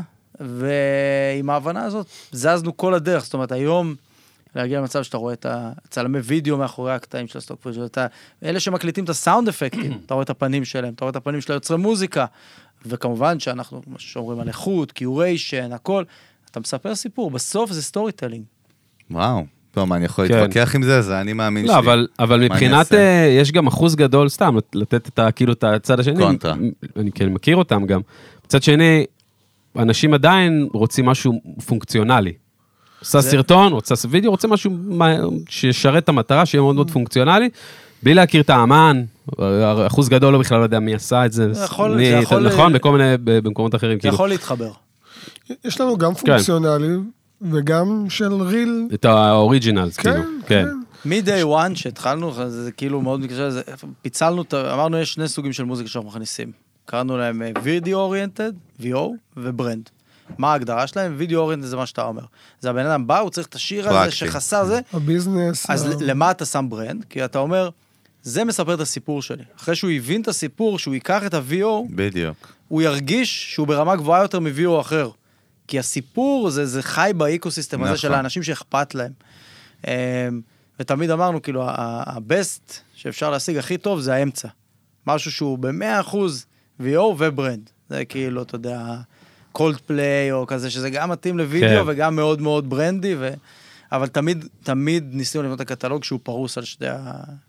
ועם ההבנה הזאת, זזנו כל הדרך. זאת אומרת, היום, להגיע למצב שאתה רואה את הצלמי וידאו מאחורי הקטעים של הסטוק פריג'ר, אלה שמקליטים את הסאונד אפקטים, אתה רואה את הפנים שלהם, אתה רואה את הפנים של היוצרי מוזיקה, וכמובן שאנחנו, מה שאומרים על איכות, קיוריישן, הכל, אתה מספר סיפור, בסוף זה סטורי טלינג. וואו. טוב, מה, אני יכול כן. להתווכח עם זה? זה אני מאמין לא, שלי. אבל, אבל אני מבחינת, אעשה? אה, יש גם אחוז גדול סתם, לתת את ה, כאילו, את הצד השני. קונטרה. אני כן מכיר אותם גם. מצד שני, אנשים עדיין רוצים משהו פונקציונלי. עושה סרטון, רוצה וידאו, רוצה משהו מה- שישרת את המטרה, שיהיה מאוד מאוד פונקציונלי, בלי להכיר את האמן, אחוז גדול לא בכלל לא יודע מי עשה את זה. זה יכול- מי- זה יכול- נכון, בכל מיני, במקומות אחרים, זה כאילו. יכול להתחבר. יש לנו גם פונקציונלי, וגם של ריל. את האוריג'ינלס, כאילו. כן, כן. מ-day one שהתחלנו, זה, זה כאילו מאוד מקשר, זה, פיצלנו, את ה- אמרנו יש שני סוגים של מוזיקה שאנחנו מכניסים. קראנו להם וידאו אוריינטד, וי או, וברנד. מה ההגדרה שלהם? וידאו אוריינטד זה מה שאתה אומר. זה הבן אדם בא, הוא צריך את השיר הזה פרקטי. שחסר זה, הביזנס. אז ה- למה אתה שם ברנד? כי אתה אומר, זה מספר את הסיפור שלי. אחרי שהוא הבין את הסיפור, שהוא ייקח את ה-וי או, בדיוק. הוא ירגיש שהוא ברמה גבוהה יותר מ-וי או אחר. כי הסיפור זה, זה חי באקוסיסטם הזה נכון. של האנשים שאכפת להם. אמ, ותמיד אמרנו, כאילו, ה-best שאפשר להשיג הכי טוב זה האמצע. משהו שהוא ב-מאה אחוז וי או וברנד. זה כאילו, אתה יודע, קולד פליי או כזה, שזה גם מתאים לוידאו כן. וגם מאוד מאוד ברנדי, ו... אבל תמיד, תמיד ניסינו לבנות את הקטלוג שהוא פרוס על שתי, ה...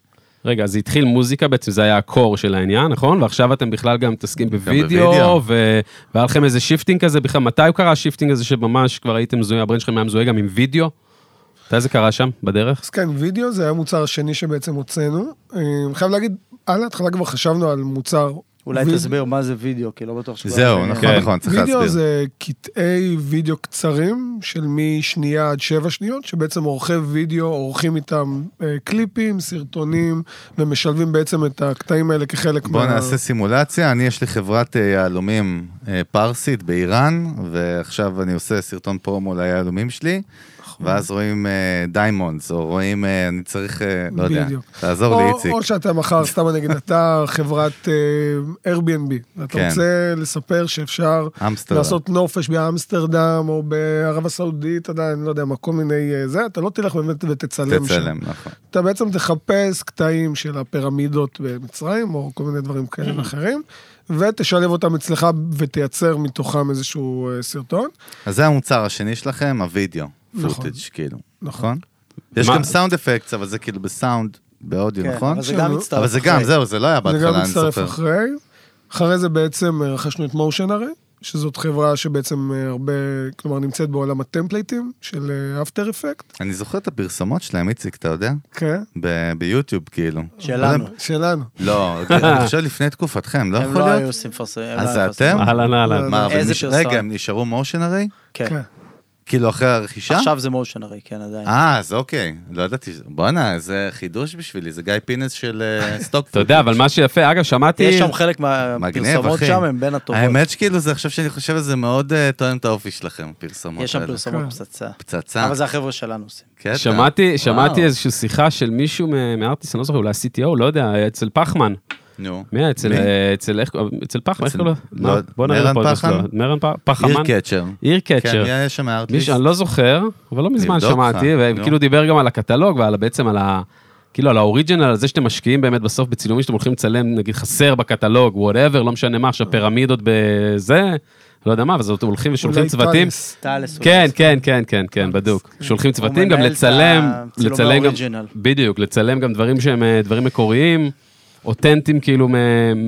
רגע, אז התחיל מוזיקה, בעצם זה היה הקור של העניין, נכון? ועכשיו אתם בכלל גם מתעסקים בווידאו, בווידאו. ו- והיה לכם איזה שיפטינג כזה, בכלל, מתי הוא קרה השיפטינג הזה שממש כבר הייתם מזוהים, הברנד שלכם היה מזוהה גם עם וידאו? מתי זה קרה שם, בדרך? אז כן, וידאו זה היה המוצר השני שבעצם הוצאנו. אני חייב להגיד, על ההתחלה כבר חשבנו על מוצר... אולי ויד- תסביר מה זה וידאו, כי לא בטוח שכבר... זהו, נכון, כן. נכון, צריך וידאו להסביר. זה קטעי וידאו קצרים של משנייה עד שבע שניות, שבעצם עורכי וידאו עורכים איתם אה, קליפים, סרטונים, ומשלבים בעצם את הקטעים האלה כחלק בואו נעשה סימולציה, אני יש לי חברת אה, יהלומים אה, פרסית באיראן, ועכשיו אני עושה סרטון פרומו ליהלומים שלי, ואז רואים דיימונדס, או רואים, אה, אני צריך, אה, לא יודע, בדיוק. תעזור או, לי איציק. או שאתה מחר, סתם אני אגיד, אתה חברת אה, Airbnb, ואתה כן. רוצה לספר שאפשר אמסטרדם. לעשות נופש באמסטרדם, או בערב הסעודית, עדיין, לא יודע מה, כל מיני אה, זה, אתה לא תלך באמת ותצלם שם. תצלם, נכון. אתה בעצם תחפש קטעים של הפירמידות במצרים, או כל מיני דברים כאלה ואחרים, ותשלב אותם אצלך ותייצר מתוכם איזשהו אה, סרטון. אז זה המוצר השני שלכם, הווידאו, נכון. פוטאג' כאילו, נכון. נכון? יש מה- גם סאונד אפקטס, אבל זה כאילו בסאונד, באודיו, כן, נכון? אבל זה גם מצטרף. אבל זה גם, אחרי. זהו, זה לא היה זה בהתחלה, גם אני מצטרף סופר. אחרי. אחרי זה בעצם רכשנו את מושן הרי, שזאת חברה שבעצם הרבה, כלומר נמצאת בעולם הטמפלייטים של אפטר אפקט. אני זוכר את הפרסומות שלהם, איציק, אתה יודע? כן, ב- ביוטיוב, כאילו. שלנו. שלנו. לא, אני חושב לפני תקופתכם, לא הם יכול לא היו להיות? עושים פרסום. אז זה אתם? אהלן, אהלן. מה, אבל איזה נש- פרסום? רגע, הם נשארו מושן הרי? כן. כן. כאילו אחרי הרכישה? עכשיו זה מושן הרי, כן, עדיין. אה, אז אוקיי. לא ידעתי, בואנה, זה חידוש בשבילי, זה גיא פינס של סטוק. אתה יודע, אבל מה שיפה, אגב, שמעתי... יש שם חלק מגניב, מהפרסומות אחי. שם, הם בין הטובות. האמת שכאילו, זה עכשיו שאני חושב שזה מאוד אה, תואם את האופי שלכם, פרסומות. יש שם האלה. פרסומות כן. פצצה. פצצה. אבל זה החבר'ה שלנו עושים. קטע. שמעתי, שמעתי וואו. איזושהי שיחה של מישהו מ- מארטיסט, אני לא זוכר, אולי ה-סי טי או, לא יודע, אצל פחמן. נו. מי היה? אצל, מי? אה, אצל, איך, אצל פחמן, איך אצל- קוראים לו? לא, מה? בוא נראה מרן בפודקאסט פחן? שלו. מרן פ- פחמן? עיר קצ'ר. עיר כן, קצ'ר. מי היה שם הארטיסט? מישהו, אני לא זוכר, אבל לא מזמן נבדוק שמעתי, לך, וכאילו נו. דיבר גם על הקטלוג, ועל בעצם על ה... כאילו על האוריג'ינל, על זה שאתם משקיעים באמת בסוף בצילומים שאתם הולכים לצלם, נגיד חסר בקטלוג, whatever, לא משנה מה, עכשיו פירמידות בזה, לא יודע מה, ואז אתם הולכים ושולחים אולי צוותים. טלס. טלס. כן, כן, כן, כן, כן, בדוק. שולחים צוותים גם מנהל את לצלם, הצילום לצלם גם, האוריג'ינל. בדיוק, לצלם גם דברים שהם אה, דברים מקוריים, אותנטיים כאילו מ-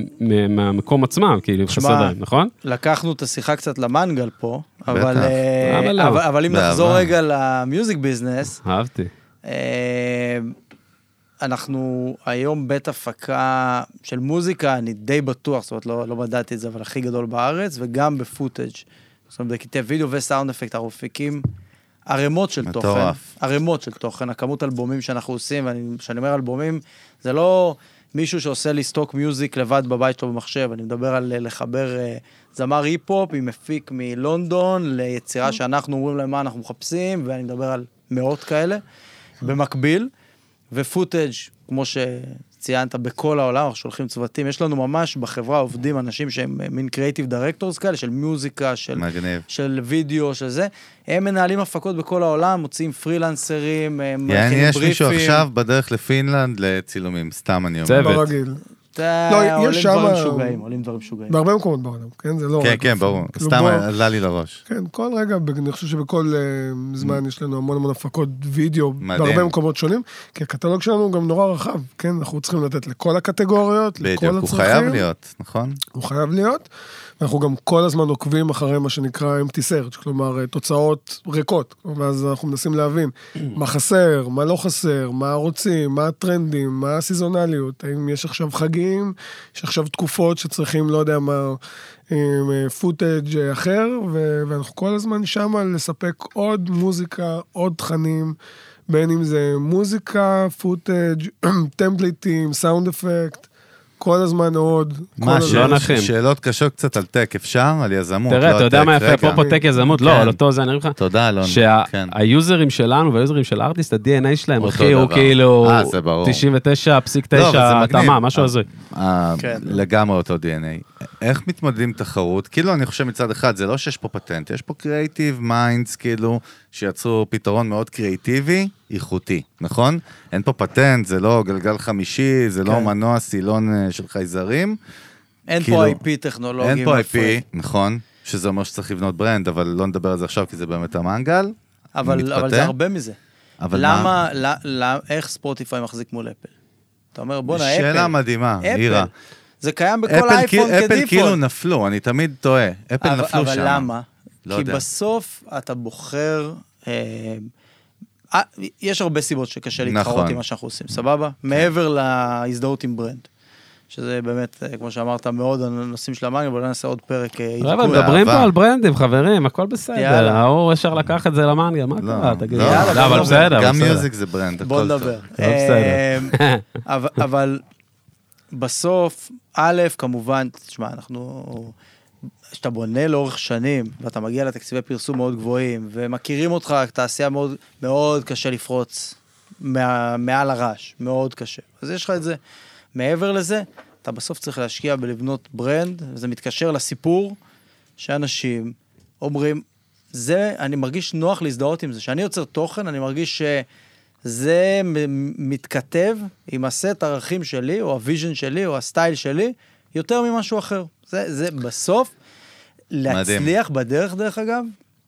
מ- מהמקום עצמם, כאילו, שמע, חסר דברים, נכון? לקחנו את השיחה קצת למנגל פה, אבל, בטח. אה, למה לא? אבל, אבל אם באהבה. נחזור רגע למיוזיק ביזנס, אהבתי. אה, אנחנו היום בית הפקה של מוזיקה, אני די בטוח, זאת אומרת, לא, לא בדעתי את זה, אבל הכי גדול בארץ, וגם בפוטאג'. זאת אומרת, בקטעי וידאו וסאונד אפקט, אנחנו מפיקים ערימות של תוכן. מטורף. ערימות של תוכן, הכמות אלבומים שאנחנו עושים, וכשאני אומר אלבומים, זה לא מישהו שעושה לי סטוק מיוזיק לבד בבית שלו במחשב, אני מדבר על לחבר אה, זמר היפ-הופ עם מפיק מלונדון, ליצירה שאנחנו אומרים להם מה אנחנו מחפשים, ואני מדבר על מאות כאלה, במקביל, ופוטאג' כמו שציינת בכל העולם, אנחנו שולחים צוותים, יש לנו ממש בחברה עובדים אנשים שהם מין קריאיטיב דירקטורס כאלה, של מוזיקה, של, מגניב. של וידאו, של זה, הם מנהלים הפקות בכל העולם, מוצאים פרילנסרים, הם יעני, מכינים יש מישהו בריפים. עכשיו בדרך לפינלנד לצילומים, סתם אני אומר. צוות. ברגיל. אתה- לא, יש עולים שמה- דברים משוגעים, עולים דברים משוגעים. בהרבה מקומות בעולם, כן? זה לא כן, רק... כן, ברור. כאילו, סתם בוא- עלה לי לראש. כן, כל רגע, אני חושב שבכל אה, זמן יש לנו המון המון הפקות וידאו, מדהים. בהרבה מקומות שונים, כי הקטלוג שלנו הוא גם נורא רחב, כן? אנחנו צריכים לתת לכל הקטגוריות, לכל בדיוק, הצרכים. הוא חייב להיות, נכון? הוא חייב להיות, ואנחנו גם כל הזמן עוקבים אחרי מה שנקרא empty search, כלומר, תוצאות ריקות, ואז אנחנו מנסים להבין מה חסר, מה לא חסר, מה רוצים, מה הטרנדים, מה הסיזונליות, האם יש עכשיו חגים, יש עכשיו תקופות שצריכים, לא יודע מה, פוטאג' אחר, ו- ואנחנו כל הזמן שמה לספק עוד מוזיקה, עוד תכנים, בין אם זה מוזיקה, פוטאג', טמפליטים, סאונד אפקט, כל הזמן עוד. מה, כל הזמן. לא שאלות- נחים. שאלות קשות קצת על טק, אפשר? על יזמות, לא תראה, על אתה יודע טק, מה יפה, רגע. אפרופו טק יזמות, לא, כן. על אותו זה אני אומר לך, תודה, אלון. כן. שהיוזרים שלנו והיוזרים של ארטיסט, ה-די אן איי שלהם, אותו אחי, הוא דבר. כאילו אה, זה ברור. תשעים ותשע נקודה לא, אבל זה תשע מגניב. התאמה, משהו אה, הזוי. אה, כן. לגמרי אותו די אן איי. איך מתמודדים תחרות? כאילו, אני חושב מצד אחד, זה לא שיש פה פטנט, יש פה קריאיטיב מיינדס, כאילו, שיצרו פתרון מאוד קריאיטיבי, איכותי, נכון? אין פה פטנט, זה לא גלגל חמישי, זה לא כן. מנוע סילון אה, של חייזרים. אין כאילו, פה איי פי טכנולוגי. אין פה איי פי, מפריד. נכון, שזה אומר שצריך לבנות ברנד, אבל לא נדבר על זה עכשיו, כי זה באמת המנגל. אבל, מתפתה. אבל זה הרבה מזה. אבל למה, מה? למה, למה, איך ספוטיפיי מחזיק מול אפל? אתה אומר, בונה, אפל. שאלה מדהימה, אירה. זה קיים בכל אייפון כדיפולט. אפל כאילו נפלו, אני תמיד טועה. אפל נפלו שם. אבל למה? לא כי יודע. בסוף אתה בוחר... אה, יש הרבה סיבות שקשה להתחרות נכון. עם מה שאנחנו עושים, סבבה? מעבר להזדהות עם ברנד. שזה באמת, כמו שאמרת, מאוד הנושאים של המאנגה, אבל נעשה עוד פרק עדכון. אבל מדברים פה על ברנדים, חברים, הכל בסדר. יאללה. האור ישר לקח את זה למאנגה, מה לא, קרה? תגיד. לא, יאללה, לא, אבל לא, בסדר, גם בסדר. מיוזיק זה ברנד, הכל בוא טוב. נדבר. לא בסדר. אה, אבל- אבל בסוף, א', כמובן, תשמע, אנחנו... כשאתה בונה לאורך שנים, ואתה מגיע לתקציבי פרסום מאוד גבוהים, ומכירים אותך, תעשייה מאוד, מאוד קשה לפרוץ מה, מעל הרעש, מאוד קשה. אז יש לך את זה. מעבר לזה, אתה בסוף צריך להשקיע בלבנות ברנד, וזה מתקשר לסיפור שאנשים אומרים, זה, אני מרגיש נוח להזדהות עם זה. כשאני יוצר תוכן, אני מרגיש שזה מתכתב עם הסט הערכים שלי, או הוויז'ן שלי, או הסטייל שלי, יותר ממשהו אחר. זה, זה בסוף, להצליח בדרך, דרך אגב,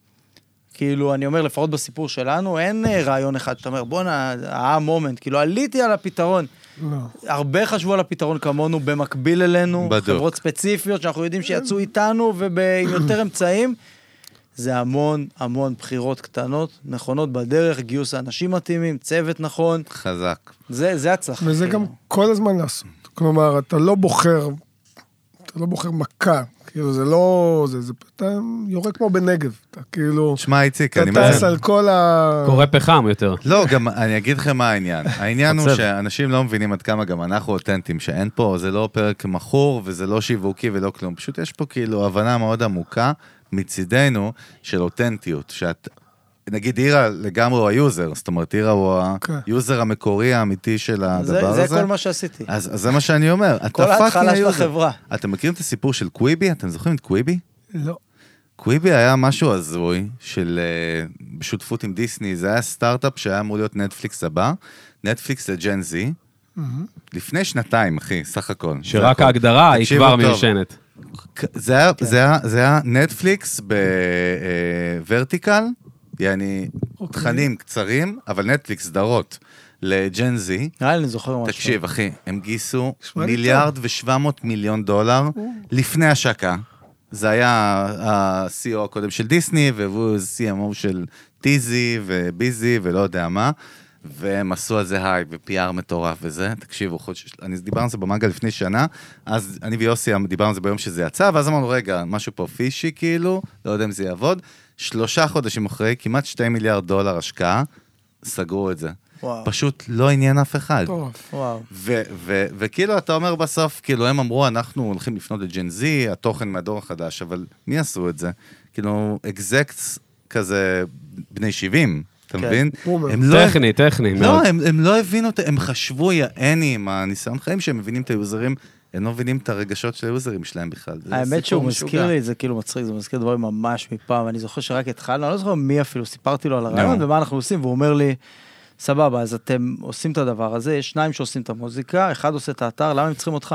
כאילו, אני אומר, לפחות בסיפור שלנו, אין רעיון אחד שאתה אומר, בוא'נה, המומנט, כאילו, עליתי על הפתרון. לא. הרבה חשבו על הפתרון כמונו, במקביל אלינו, בדיוק. חברות ספציפיות שאנחנו יודעים שיצאו איתנו, ועם יותר אמצעים. זה המון, המון בחירות קטנות, נכונות בדרך, גיוס האנשים מתאימים, צוות נכון. חזק. זה, זה הצלחה. וזה גם כל הזמן לעשות. כלומר, אתה לא בוחר, אתה לא בוחר מכה. כאילו, זה לא, זה, זה, אתה יורה כמו בנגב. אתה כאילו, שמע, איציק, אתה אני מה טס זה... על כל ה... קורא פחם יותר. לא, גם אני אגיד לכם מה העניין. העניין הוא מצב. שאנשים לא מבינים עד כמה גם אנחנו אותנטיים, שאין פה, זה לא פרק מכור, וזה לא שיווקי ולא כלום. פשוט יש פה כאילו הבנה מאוד עמוקה מצידנו של אותנטיות, שאת... נגיד, אירה לגמרי הוא היוזר, זאת אומרת, אירה הוא היוזר המקורי האמיתי של הדבר זה, הזה. זה כל מה שעשיתי. אז, אז זה מה שאני אומר. כל ההתחלה של החברה. אתם מכירים את הסיפור של קוויבי? אתם זוכרים את קוויבי? לא. קוויבי היה משהו הזוי של uh, בשותפות עם דיסני, זה היה סטארט-אפ שהיה אמור להיות נטפליקס הבא, נטפליקס לג'ן זי, לפני שנתיים, אחי, סך הכל. שרק ההגדרה היא תקשיבו כבר טוב. מיושנת. זה היה, זה היה, זה היה נטפליקס בוורטיקל, יעני תכנים קצרים, אבל נטפליקס סדרות לג'ן זי. נראה לי, אני זוכר משהו. תקשיב, אחי, הם גייסו שמע לי מיליארד ושבע מאות מיליון דולר לפני השקה. זה היה ה-סי או הקודם של דיסני, והוא סי אם או של טיזי וביזי ולא יודע מה, והם עשו על זה הייפ ופי אר מטורף וזה. תקשיבו, אני דיברנו על זה במאגה לפני שנה, אז אני ויוסי דיברנו על זה ביום שזה יצא, ואז אמרנו, רגע, משהו פה פישי כאילו, לא יודע אם זה יעבוד. שלושה חודשים אחרי, כמעט שתי מיליארד דולר השקעה, סגרו את זה. וואו. פשוט לא עניין אף אחד. טוב. וואו. ו- ו- וכאילו אתה אומר בסוף, כאילו הם אמרו, אנחנו הולכים לפנות לג'ן זי, התוכן מהדור החדש, אבל מי עשו את זה? כאילו, אקזקטס כזה בני שבעים, אתה כן. מבין? בומר. הם לא- טכני, טכני. מאוד. לא, הם, הם לא הבינו, הם חשבו יעני עם הניסיון חיים שהם מבינים את היוזרים, הם לא מבינים את הרגשות של היוזרים שלהם בכלל. זה האמת סיפור שהוא משוגע. מזכיר לי, זה כאילו מצחיק, זה מזכיר דברים ממש מפעם, אני זוכר שרק התחלנו, אני לא זוכר מי אפילו, סיפרתי לו על הרעיון ומה אנחנו עושים, והוא אומר לי, סבבה, אז אתם עושים את הדבר הזה, יש שניים שעושים את המוזיקה, אחד עושה את האתר, למה הם צריכים אותך?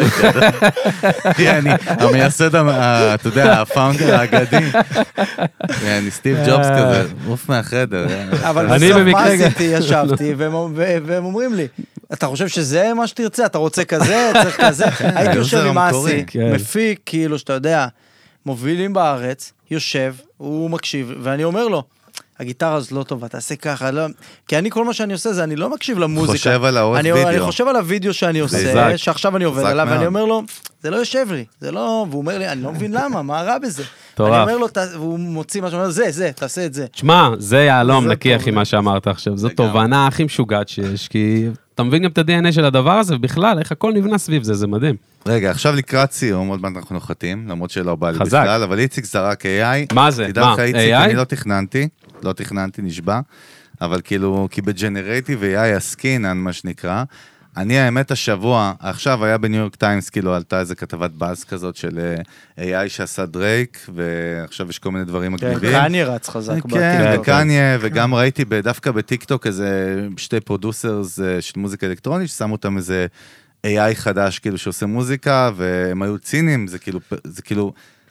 יעני, המייסד, ה- אתה יודע, הפאונדר האגדי, יעני, סטיב ג'ובס כזה, עוף מהחדר. אבל אני בסוף מה במקרה- עשיתי, ישבתי, והם- ו- והם אומרים לי, אתה חושב שזה מה שתרצה, אתה רוצה כזה, צריך כזה, הייתי יושב עם המקורי. אסי, כן. מפיק, כאילו, שאתה יודע, מובילים בארץ, יושב, הוא מקשיב, ואני אומר לו, הגיטרה הזאת לא טובה, תעשה ככה, לא... כי אני, כל מה שאני עושה זה, אני לא מקשיב למוזיקה. חושב על העורך אני, וידאו. אני חושב על הוידאו שאני עושה, חזק. שעכשיו אני עובד חזק עליו, מאוד. ואני אומר לו, זה לא יושב לי, זה לא... והוא אומר לי, אני לא מבין למה, מה רע בזה? מטורף. אני אומר לו, ת- והוא מוציא משהו, הוא אומר, זה, זה, תעשה את זה. תשמע, זה יהלום זה נקי, טוב, אחי, זה- מה שאמרת עכשיו. זו לגמרי. תובנה הכי משוגעת שיש, כי אתה מבין גם את ה-די אן איי של הדבר הזה, ובכלל, איך הכל נבנה סביב זה, זה מדהים. רגע, עכשיו לקראת סיום, עוד מעט אנחנו נוחתים, למרות שלא בא לי חזק. בכלל, אבל איציק זרק איי איי. מה זה? תדע מה, לך, איציק, איי איי? אני לא תכננתי, לא תכננתי, נשבע, אבל כאילו, כי בג'נרייטיב איי איי עסקינן, מה שנקרא, אני האמת השבוע, עכשיו היה בניו יורק טיימס, כאילו עלתה איזה כתבת באז כזאת של אה, איי איי שעשה דרייק, ועכשיו יש כל מיני דברים כן, מגניבים. קניה רץ חזק. כן, בטיקטוק. וקניה, וגם ראיתי ב- דווקא בטיקטוק איזה שתי פרודוסרס אה, של מוזיקה אלקטרונית, ששמו אותם איזה איי איי חדש, כאילו, שעושה מוזיקה, והם היו צינים, זה כאילו, זה כאילו,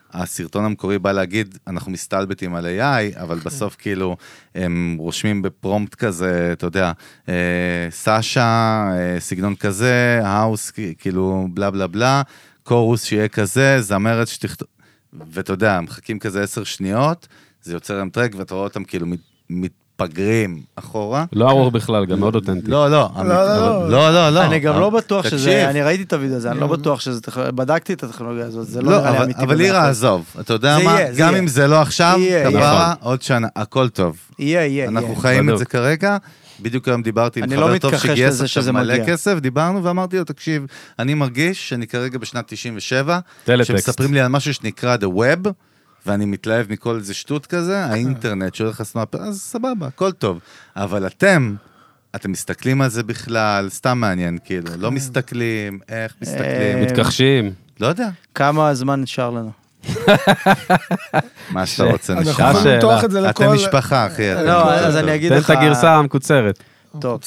הסרטון המקורי בא להגיד, אנחנו מסתלבטים על איי איי, אבל בסוף כאילו, הם רושמים בפרומפט כזה, אתה יודע, סאשה, סגנון כזה, האוס, כאילו, בלה בלה בלה, קורוס שיהיה כזה, זמרת שתכתוב, ואתה יודע, מחכים כזה עשר שניות, זה יוצר להם טרק, ואתה רואה אותם כאילו מתפגרים אחורה. לא ארוך בכלל, גם מאוד אותנטי. לא, לא, לא, לא, לא. אני גם לא בטוח שזה, אני ראיתי את הוידאו הזה, אני לא בטוח שזה, בדקתי את הטכנולוגיה הזאת, זה לא נראה לי אמיתי. אבל לירה, עזוב, אתה יודע מה, גם אם זה לא עכשיו, כפרה, עוד שנה, הכל טוב. יהיה, יהיה. אנחנו חיים את זה כרגע, בדיוק היום דיברתי עם חבר טוב שגייס עכשיו מלא כסף, דיברנו ואמרתי לו, תקשיב, אני מרגיש שאני כרגע בשנת תשעים ושבע, שמספרים לי על משהו שנקרא The Web, ואני מתלהב מכל איזה שטות כזה, האינטרנט שהולך לסנאפר, אז סבבה, הכל טוב. אבל אתם, אתם מסתכלים על זה בכלל, סתם מעניין, כאילו, לא מסתכלים, איך מסתכלים. מתכחשים. לא יודע. כמה זמן נשאר לנו? מה שאתה רוצה נשאר. אנחנו יכולים למתוח את זה לכל... אתם משפחה, אחי. לא, אז אני אגיד לך... תן את הגרסה המקוצרת. טוב.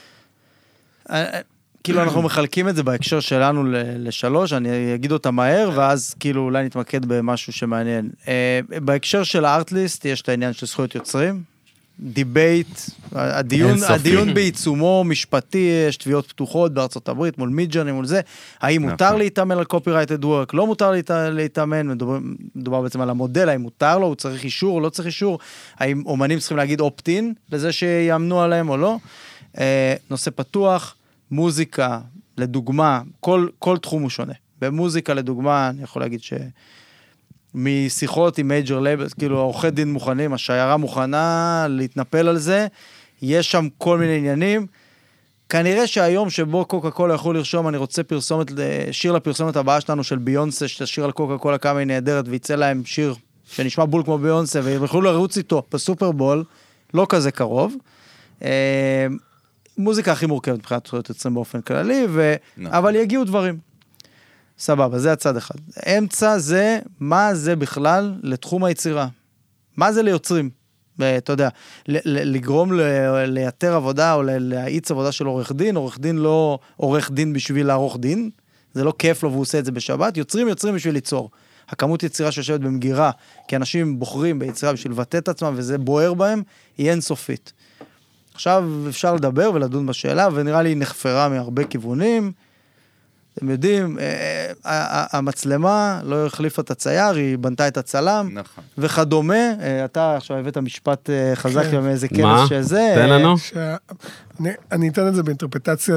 כאילו אנחנו מחלקים את זה בהקשר שלנו לשלוש, אני אגיד אותה מהר, ואז כאילו אולי נתמקד במשהו שמעניין. בהקשר של הארטליסט, יש את העניין של זכויות יוצרים, דיבייט, הדיון בעיצומו משפטי, יש תביעות פתוחות בארצות הברית, מול מידג'רני, מול זה, האם מותר להתאמן על copyrighted work, לא מותר להתאמן, מדובר בעצם על המודל, האם מותר לו, הוא צריך אישור, לא צריך אישור, האם אומנים צריכים להגיד אופטין, לזה שיאמנו עליהם או לא, נושא פתוח, מוזיקה, לדוגמה, כל, כל תחום הוא שונה. במוזיקה, לדוגמה, אני יכול להגיד ש... משיחות עם מייג'ר לייבלס, כאילו, עורכי דין מוכנים, השיירה מוכנה להתנפל על זה, יש שם כל מיני עניינים. כנראה שהיום שבו קוקה קולה יכול לרשום, אני רוצה פרסומת, שיר לפרסומת הבאה שלנו של ביונסה, שתשיר על קוקה קולה כמה היא נהדרת, ויצא להם שיר שנשמע בול כמו ביונסה, והם יכולו לרוץ איתו בסופרבול, לא כזה קרוב. מוזיקה הכי מורכבת מבחינת זכויות יוצרים באופן כללי, ו... אבל יגיעו דברים. סבבה, זה הצד אחד. אמצע זה, מה זה בכלל לתחום היצירה? מה זה ליוצרים? אתה יודע, לגרום ליתר עבודה, או להאיץ עבודה של עורך דין, עורך דין לא עורך דין בשביל לערוך דין, זה לא כיף לו והוא עושה את זה בשבת, יוצרים יוצרים בשביל ליצור. הכמות יצירה שיושבת במגירה, כי אנשים בוחרים ביצירה בשביל לבטא את עצמם, וזה בוער בהם, היא אינסופית. עכשיו אפשר לדבר ולדון בשאלה, ונראה לי נחפרה מהרבה כיוונים. אתם יודעים, המצלמה לא החליפה את הצייר, היא בנתה את הצלם, נכון. וכדומה. אתה עכשיו הבאת משפט חזק עם איזה כנס שזה. תן לנו. אני אתן את זה באינטרפטציה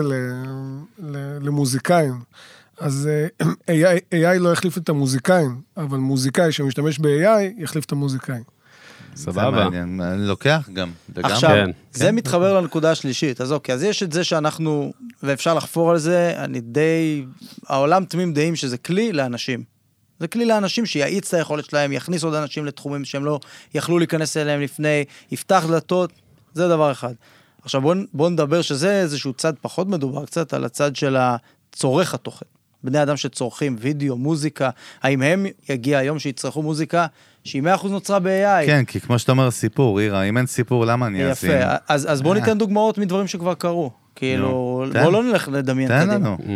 למוזיקאים. אז איי איי לא החליף את המוזיקאים, אבל מוזיקאי שמשתמש ב-איי איי יחליף את המוזיקאים. סבבה. אני לוקח גם. עכשיו, זה מתחבר לנקודה השלישית. אז אוקיי, אז יש את זה שאנחנו, ואפשר לחפור על זה, אני די, העולם תמים דעים שזה כלי לאנשים. זה כלי לאנשים שיעיץ את היכולת שלהם, יכניס עוד אנשים לתחומים שהם לא יכלו להיכנס אליהם לפני, יפתח דלתות, זה דבר אחד. עכשיו בואו בוא נדבר שזה איזשהו צד פחות מדובר, קצת על הצד של הצורך התוכן. בני אדם שצורכים וידאו, מוזיקה, האם הם יגיע היום שיצרכו מוזיקה שהיא מאה אחוז נוצרה ב-איי איי? כן, כי כמו שאתה אומר, סיפור, אירה, אם אין סיפור, למה אני אעשה? יפה, אז, אז בואו ניתן דוגמאות מדברים שכבר קרו. כאילו, בואו לא נלך לדמיין קדימה. תן לנו.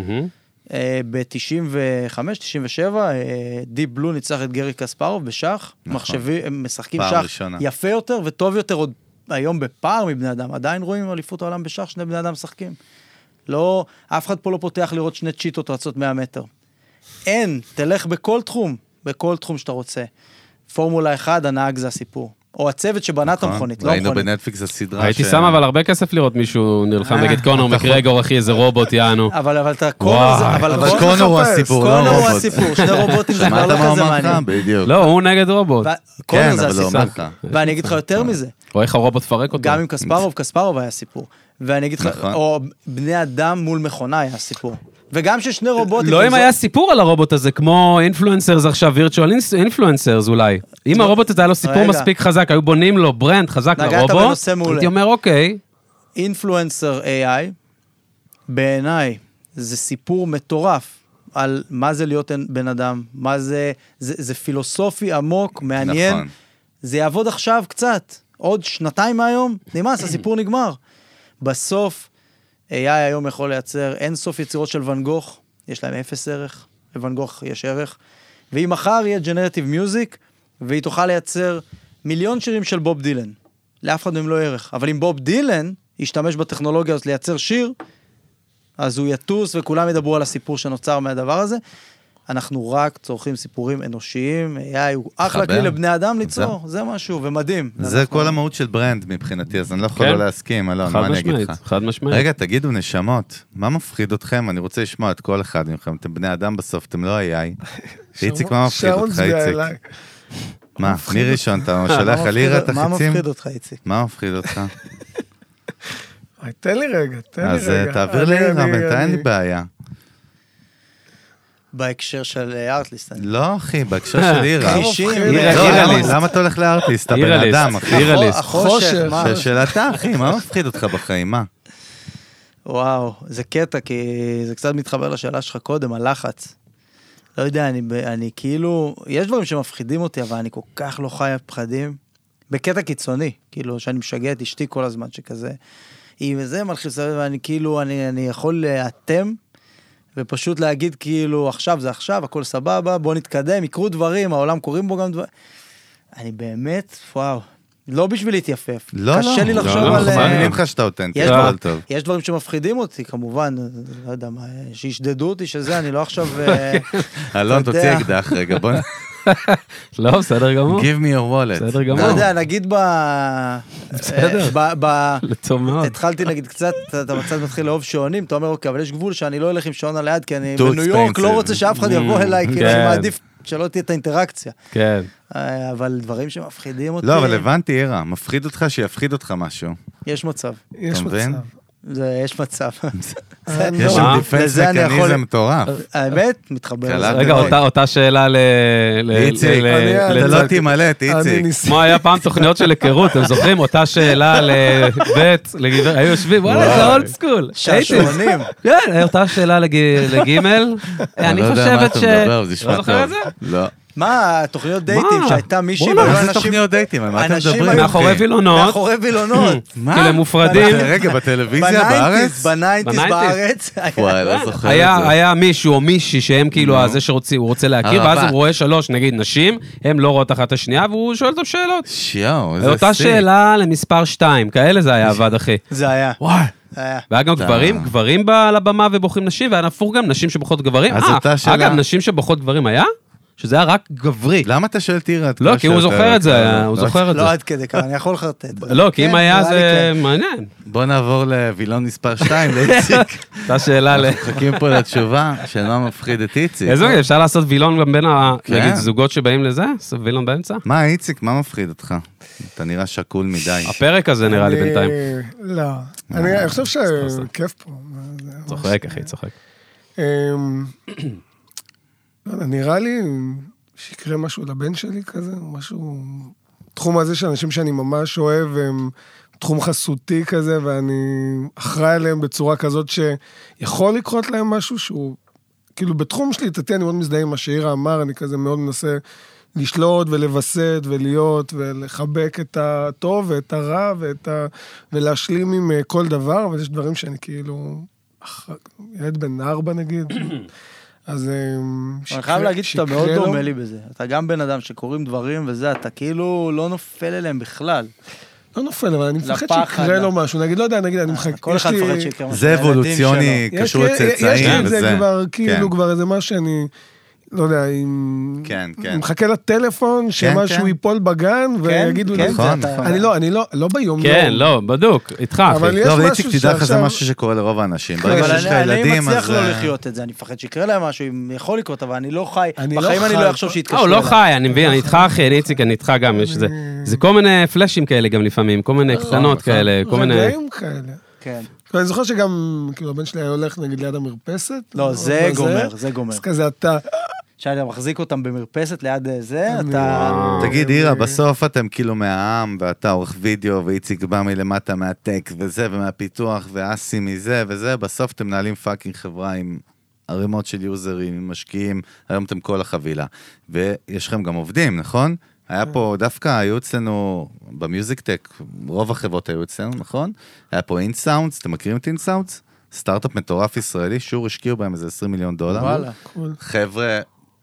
ב-תשעים וחמש תשעים ושבע, דיפ בלו ניצח את גרי קספרוב בשח, מחשבים, הם משחקים שח יפה יותר וטוב יותר עוד היום בפער מבני אדם. עדיין רואים אליפות העולם בשח, שני בני אדם משחקים. לא, אף אחד פה לא פותח לראות שני צ'יטות רצות מאה מטר. אין, תלך בכל תחום, בכל תחום שאתה רוצה. פורמולה אחד, הנהג זה הסיפור. או הצוות שבנה את המכונית, לא ראינו מכונית. בנטפליקס הסדרה הייתי שם אבל הרבה כסף לראות מישהו נלחם נגד קונור מקרגור, אחי, איזה רובוט יענו. אבל אבל אתה קונור זה, אבל קונור הוא הסיפור, לא קונור הוא רובוט. הסיפור, שני רובוטים זה כבר לא כזה מעניין. לא, הוא נגד רובוט. קונור זה הסיפור. ואני אגיד לך יותר מזה. או איך הרובוט פרק אותו. גם עם קספרוב, קספרוב היה סיפור. ואני אגיד לך, או בני אדם מול מכונה היה סיפור. וגם ששני רובוטים... לא אם היה סיפור על הרובוט הזה, כמו אינפלואנסרס עכשיו, וירטואל אינפלואנסרס אולי. אם הרובוט הזה היה לו סיפור מספיק חזק, היו בונים לו ברנד חזק לרובוט, הייתי אומר אוקיי. אינפלואנסר איי איי, בעיניי, זה סיפור מטורף על מה זה להיות בן אדם, מה זה, זה פילוסופי עמוק, מעניין. זה יעבוד עכשיו קצת, עוד שנתיים מהיום, נמאס, הסיפור נגמר. בסוף, איי איי היום יכול לייצר אין סוף יצירות של ון גוך, יש להם אפס ערך, לוון גוך יש ערך, והיא מחר יהיה ג'נרטיב מיוזיק, והיא תוכל לייצר מיליון שירים של בוב דילן. לאף אחד מהם לא ערך. אבל אם בוב דילן ישתמש בטכנולוגיה הזאת לייצר שיר, אז הוא יטוס וכולם ידברו על הסיפור שנוצר מהדבר הזה. אנחנו רק צורכים סיפורים אנושיים, איי, הוא אחלה כלי לבני אדם ליצור, זה משהו, ומדהים. זה כל המהות של ברנד מבחינתי, אז אני לא יכול לא להסכים, אלון, מה אני אגיד לך? חד משמעית. רגע, תגידו, נשמות, מה מפחיד אתכם? אני רוצה לשמוע את כל אחד מכם, אתם בני אדם בסוף, אתם לא איי. איציק, מה מפחיד אותך, איציק? מה, מי ראשון, אתה שולח על עירה את החיצים? מה מפחיד אותך, איציק? מה מפחיד אותך? תן לי רגע, תן לי רגע. אז תעביר לי עירה, בינתיים אין לי בעיה. בהקשר של ארטליסט. לא, אחי, בהקשר של עירה. למה אתה הולך לארטליסט? אתה בן אדם, אחי. החושך. שאלתה, אחי, מה מפחיד אותך בחיים? מה? וואו, זה קטע, כי זה קצת מתחבר לשאלה שלך קודם, הלחץ. לא יודע, אני, אני כאילו, יש דברים שמפחידים אותי, אבל אני כל כך לא חי פחדים. בקטע קיצוני, כאילו, שאני משגע את אשתי כל הזמן, שכזה, היא וזה מלחיץ, ואני כאילו, אני, אני יכול לאתם, ופשוט להגיד כאילו, עכשיו זה עכשיו, הכל סבבה, בוא נתקדם, יקרו דברים, העולם קוראים בו גם דברים. אני באמת, וואו, לא בשביל להתייפף. לא, לא. קשה לי לחשוב לא, על... לא, מאמינים לך שאתה אותנטי, יש, אבל דבר, טוב. יש דברים שמפחידים אותי, כמובן, לא יודע מה, שישדדו אותי שזה, אני לא עכשיו... אלון, תוציא אקדח רגע, בוא... לא, בסדר גמור. Give me your wallet. בסדר גמור. לא יודע, נגיד ב... בסדר. לטוב מאוד. התחלתי נגיד קצת, אתה מצד מתחיל לאהוב שעונים, אתה אומר, אוקיי, אבל יש גבול שאני לא אלך עם שעון על היד, כי אני בניו יורק לא רוצה שאף אחד יבוא אליי, כי אני מעדיף שלא תהיה את האינטראקציה. כן. אבל דברים שמפחידים אותי... לא, אבל הבנתי, עירה, מפחיד אותך שיפחיד אותך משהו. יש מצב. יש מצב. זה, יש מצב. יש שם דיפנס מקניזם מטורף. האמת, מתחבר. רגע, אותה שאלה ל... איציק, אתה לא תימלט, איציק. כמו היה פעם תוכניות של היכרות, אתם זוכרים? אותה שאלה לבית, לגבר, היו יושבים, וואלה, זה אולד סקול. שעשועונים. כן, אותה שאלה לגימל. אני חושבת ש... לא זוכר את זה? לא. מה, תוכניות דייטים שהייתה מישהי... מה זה תוכניות דייטים? על מה אתם מדברים? מאחורי וילונות. מאחורי וילונות. מה? כאילו מופרדים. רגע, בטלוויזיה בארץ? בניינטיז בארץ. וואי, לא זוכר את זה. היה מישהו או מישהי שהם כאילו זה שהוא רוצה להכיר, ואז הוא רואה שלוש, נגיד נשים, הם לא רואות אחת את השנייה, והוא שואל אותם שאלות. שיו, איזה סיק. אותה שאלה למספר שתיים, כאלה זה היה עבד, אחי. זה היה. וואי. והיה גם גברים, גברים על הבמה ובוחרים נשים, והיה נפור גם נשים שבוחרות גברים. אגב, נשים שבוחרות גברים היה? שזה היה רק גברי. למה אתה שואל תירה? לא, כי הוא זוכר את זה, הוא זוכר את זה. לא עד כדי ככה, אני יכול לחרטט. לא, כי אם היה זה מעניין. בוא נעבור לווילון מספר שתיים, לאיציק. אותה שאלה ל... אנחנו מחכים פה לתשובה, של מה מפחיד את איציק. איזה, אפשר לעשות וילון גם בין, נגיד, זוגות שבאים לזה? וילון באמצע? מה, איציק, מה מפחיד אותך? אתה נראה שקול מדי. הפרק הזה נראה לי בינתיים. לא, אני חושב שכיף פה. צוחק, אחי, צוחק. נראה לי שיקרה משהו לבן שלי כזה, משהו, תחום הזה של אנשים שאני ממש אוהב, הם תחום חסותי כזה, ואני אחראי עליהם בצורה כזאת שיכול לקרות להם משהו שהוא, כאילו בתחום שלי, תתי, אני מאוד מזדהה עם מה שאירה אמר, אני כזה מאוד מנסה לשלוט ולבסט ולהיות ולחבק את הטוב ואת הרע ואת ה... ולהשלים עם כל דבר, אבל יש דברים שאני כאילו, ילד בן ארבע נגיד, אז... אני חייב להגיד שאתה מאוד דומה לי בזה. אתה גם בן אדם שקוראים דברים וזה, אתה כאילו לא נופל אליהם בכלל. לא נופל, אבל אני מפחד שיקרה לו משהו. נגיד, לא יודע, נגיד, אני מחכה... כל אחד מפחד שיקרה משהו. זה אבולוציוני, קשור לצאצאים וזה. יש לי את זה כבר, כאילו, כבר איזה מה שאני... לא יודע, אם... כן, כן. אני מחכה לטלפון, שמשהו ייפול בגן, ויגידו לי... נכון, נכון. אני לא, אני לא, לא ביום. כן, לא, בדוק, איתך, אחי. אבל יש משהו שעכשיו... טוב, איציק, תדע לך, זה משהו שקורה לרוב האנשים. ברגע שיש לך ילדים, אז... אני מצליח לא לחיות את זה, אני מפחד שיקרה להם משהו, אם יכול לקרות, אבל אני לא חי, בחיים אני לא אחשוב שיתקשרו. הוא לא חי, אני מבין, אני איתך, אחי, אני איציק, אני איתך גם, יש זה. זה כל מיני פלאשים כאלה גם לפעמים, כל מיני קטנות כאלה, כל מיני... רגעים כאלה. כן. אני זוכר שגם, כאילו, הבן שלי היה הולך, נגיד, ליד המרפסת. לא, זה גומר, זה גומר. אז כזה אתה... שאני מחזיק אותם במרפסת ליד זה, אתה... תגיד, אירה, בסוף אתם כאילו מהעם, ואתה עורך וידאו, ואיציק בא מלמטה מהטק, וזה, ומהפיתוח, ואסי מזה, וזה, בסוף אתם מנהלים פאקינג חברה עם ערימות של יוזרים, משקיעים, היום אתם כל החבילה. ויש לכם גם עובדים, נכון? היה פה, דווקא היו אצלנו, במיוזיק טק, רוב החברות היו אצלנו, נכון? היה פה אינסאונדס, אתם מכירים את אינסאונדס? סטארט-אפ מטורף ישראלי, שור השקיעו בהם איזה עשרים מיליון דולר. וואלה. חבר'ה,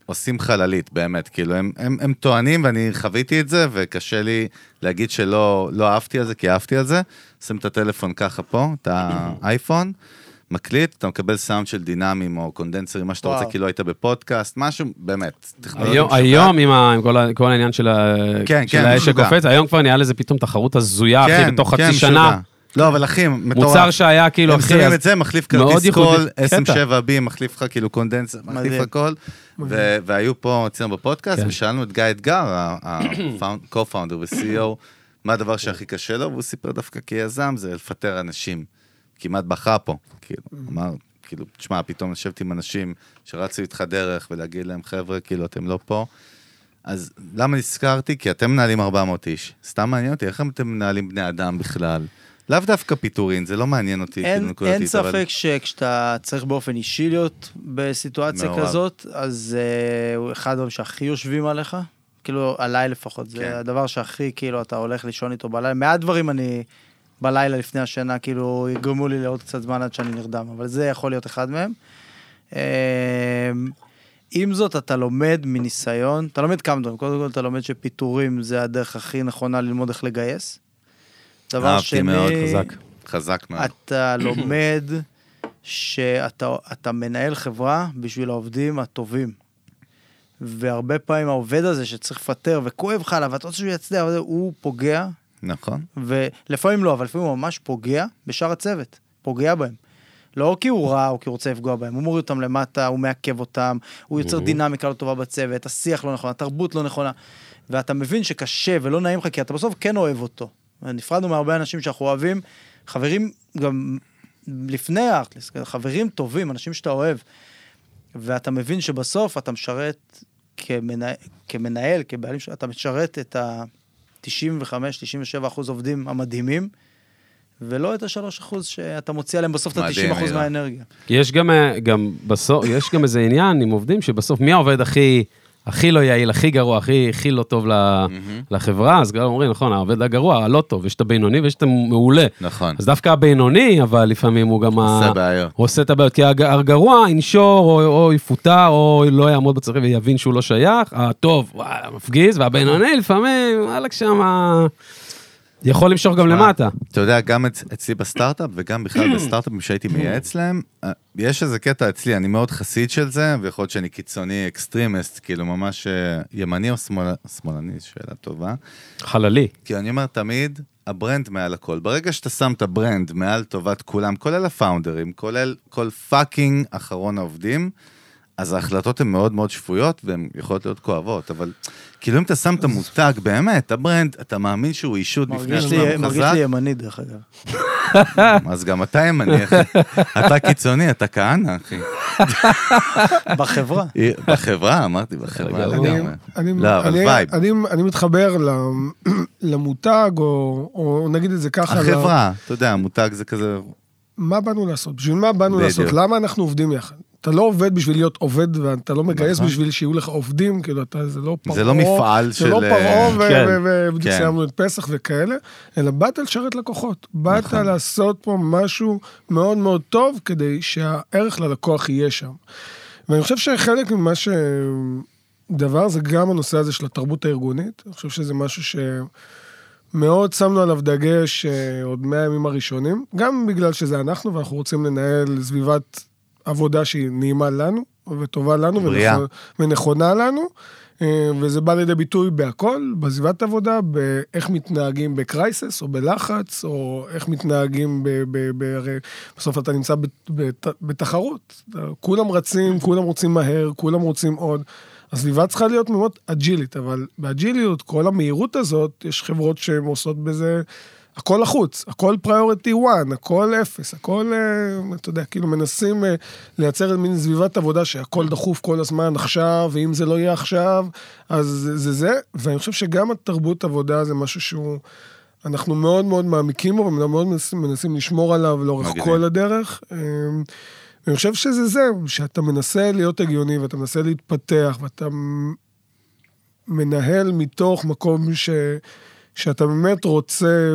עושים חללית, באמת, כאילו, הם, הם, הם טוענים, ואני חוויתי את זה, וקשה לי להגיד שלא לא אהבתי על זה, כי אהבתי על זה, שים את הטלפון ככה פה, את האייפון, מקליט, אתה מקבל סאונד של דינאמים או קונדנסרים, מה שאתה רוצה, כאילו היית בפודקאסט, משהו, באמת. היום, היום עם, ה, עם כל, ה, כל העניין של, ה, כן, של כן, האש הקופץ, היום כבר נהיה לזה פתאום תחרות הזויה, כן, אחי, בתוך כן, חצי שנה. משוגע. לא, אבל אחי, מטורף. מוצר שהיה כאילו, הם אחי, שמים את זה, מחליף כרטיס קול, אס אם שבע בי, מחליף לך כאילו קונדנסר, מחליף הכל, והיו פה אצלנו בפודקאסט, ושאלנו את גיא אתגר, ה-co-founder ו-סי אי או, מה הדבר שהכי קשה לו, והוא סיפר דווקא כיזם, זה לפטר אנשים. כמעט בכה פה, כאילו, אמר, כאילו, תשמע, פתאום לשבת עם אנשים שרצו איתך דרך ולהגיד להם, חבר'ה, כאילו, אתם לא פה. אז למה נזכרתי? כי אתם מנהלים ארבע מאות איש. סתם מעניין אותי, איך אתם מנהלים בני אדם בכלל? לאו דווקא פיטורין, זה לא מעניין אותי. אין, אין ספק אבל... שכשאתה צריך באופן אישי להיות בסיטואציה מעורב. כזאת, אז uh, הוא אחד הדברים שהכי יושבים עליך, כאילו, עליי לפחות, כן. זה הדבר שהכי, כאילו, אתה הולך לישון איתו בלילה. מעט דברים אני... בלילה לפני השינה, כאילו, יגרמו לי לעוד קצת זמן עד שאני נרדם, אבל זה יכול להיות אחד מהם. עם זאת, אתה לומד מניסיון, אתה לומד כמה דברים, קודם כל אתה לומד שפיטורים זה הדרך הכי נכונה ללמוד איך לגייס. דבר שני, מאוד חזק, חזק מאוד. אתה לומד שאתה אתה מנהל חברה בשביל העובדים הטובים. והרבה פעמים העובד הזה שצריך לפטר וכואב לך עליו, ואתה רוצה שהוא יצליח, הוא פוגע, נכון. ולפעמים לא, אבל לפעמים הוא ממש פוגע בשאר הצוות, פוגע בהם. לא כי הוא רע או כי הוא רוצה לפגוע בהם, הוא מוריד אותם למטה, הוא מעכב אותם, הוא יוצר דינמיקה לא טובה בצוות, השיח לא נכון, התרבות לא נכונה, ואתה מבין שקשה ולא נעים לך, כי אתה בסוף כן אוהב אותו. נפרדנו מהרבה אנשים שאנחנו אוהבים, חברים גם לפני הארטליסט, חברים טובים, אנשים שאתה אוהב, ואתה מבין שבסוף אתה משרת כמנהל, כמנהל כבעלים, אתה משרת את ה... תשעים וחמש תשעים ושבע אחוז עובדים המדהימים, ולא את ה-שלושה אחוז שאתה מוציא עליהם בסוף את ה-תשעים אחוז מהאנרגיה. יש גם, גם בסוף, יש גם איזה עניין עם עובדים שבסוף מי העובד הכי, הכי לא יעיל, הכי גרוע, הכי, הכי לא טוב לחברה, אז גם אומרים, נכון, העובד הגרוע, הלא טוב, יש את הבינוני ויש את המעולה. נכון. אז דווקא הבינוני, אבל לפעמים הוא גם עושה בעיות. עושה את הבעיות, כי הגרוע ינשור, או יפוטר, או לא יעמוד בצריך ויבין שהוא לא שייך, הטוב, מפגיז, והבינוני לפעמים, וואלק שמה... יכול למשוך גם למטה. אתה יודע, גם אצלי בסטארט-אפ, וגם בכלל בסטארט-אפים שהייתי מייעץ להם, יש איזה קטע אצלי, אני מאוד חסיד של זה, ויכול להיות שאני קיצוני, אקסטרימיסט, כאילו ממש ימני או שמאלני, שאלה טובה. חללי. כי אני אומר תמיד, הברנד מעל הכל. ברגע שאתה שם את הברנד מעל טובת כולם, כולל הפאונדרים, כולל כל פאקינג אחרון העובדים, אז ההחלטות הן מאוד מאוד שפויות, והן יכולות להיות כואבות, אבל כאילו אם אתה שם את המותג, באמת, הברנד, אתה מאמין שהוא אישות בפני עצמם חזק. מרגיש לי ימני, דרך אגב. אז גם אתה ימני, אחי. אתה קיצוני, אתה כהנה, אחי. בחברה. בחברה, אמרתי, בחברה לגמרי. לא, אבל וייב. אני מתחבר למותג, או נגיד את זה ככה. החברה, אתה יודע, המותג זה כזה... מה באנו לעשות? בשביל מה באנו לעשות? למה אנחנו עובדים יחד? אתה לא עובד בשביל להיות עובד, ואתה לא מגייס בשביל שיהיו לך עובדים, כאילו אתה, זה לא פרעה. זה לא מפעל של... זה לא פרעה, וסיימנו את פסח וכאלה, אלא באת לשרת לקוחות. באת לעשות פה משהו מאוד מאוד טוב, כדי שהערך ללקוח יהיה שם. ואני חושב שחלק ממה ש... דבר זה גם הנושא הזה של התרבות הארגונית. אני חושב שזה משהו ש... מאוד שמנו עליו דגש עוד מאה ימים הראשונים, גם בגלל שזה אנחנו, ואנחנו רוצים לנהל סביבת עבודה שהיא נעימה לנו, וטובה לנו, ונכונה לנו, וזה בא לידי ביטוי בהכל, בסביבת עבודה, באיך מתנהגים בקרייסס, או בלחץ, או איך מתנהגים, בסוף אתה נמצא בתחרות, כולם רצים, כולם רוצים מהר, כולם רוצים עוד, הסביבה צריכה להיות מאוד אג'ילית, אבל באג'יליות, כל המהירות הזאת, יש חברות שהן עושות בזה, הכל לחוץ, הכל פריוריטי וואן, הכל אפס, הכל, אתה יודע, כאילו מנסים לייצר מין סביבת עבודה שהכל דחוף כל הזמן עכשיו, ואם זה לא יהיה עכשיו, אז זה זה, ואני חושב שגם התרבות עבודה זה משהו שהוא, אנחנו מאוד מאוד מעמיקים בו, ומאוד מנסים, מנסים לשמור עליו לאורך כל הדרך, אני חושב שזה זה, שאתה מנסה להיות הגיוני, ואתה מנסה להתפתח, ואתה מנהל מתוך מקום ש... שאתה באמת רוצה,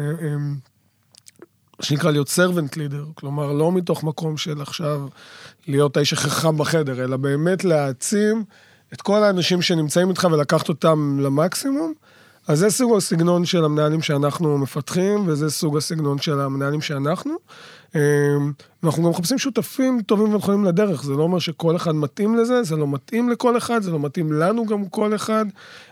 שנקרא להיות servant leader, כלומר, לא מתוך מקום של עכשיו להיות האיש החכם בחדר, אלא באמת להעצים את כל האנשים שנמצאים איתך ולקחת אותם למקסימום, אז זה סוג הסגנון של המנהלים שאנחנו מפתחים, וזה סוג הסגנון של המנהלים שאנחנו. ואנחנו גם מחפשים שותפים טובים ונכונים לדרך, זה לא אומר שכל אחד מתאים לזה, זה לא מתאים לכל אחד, זה לא מתאים לנו גם כל אחד,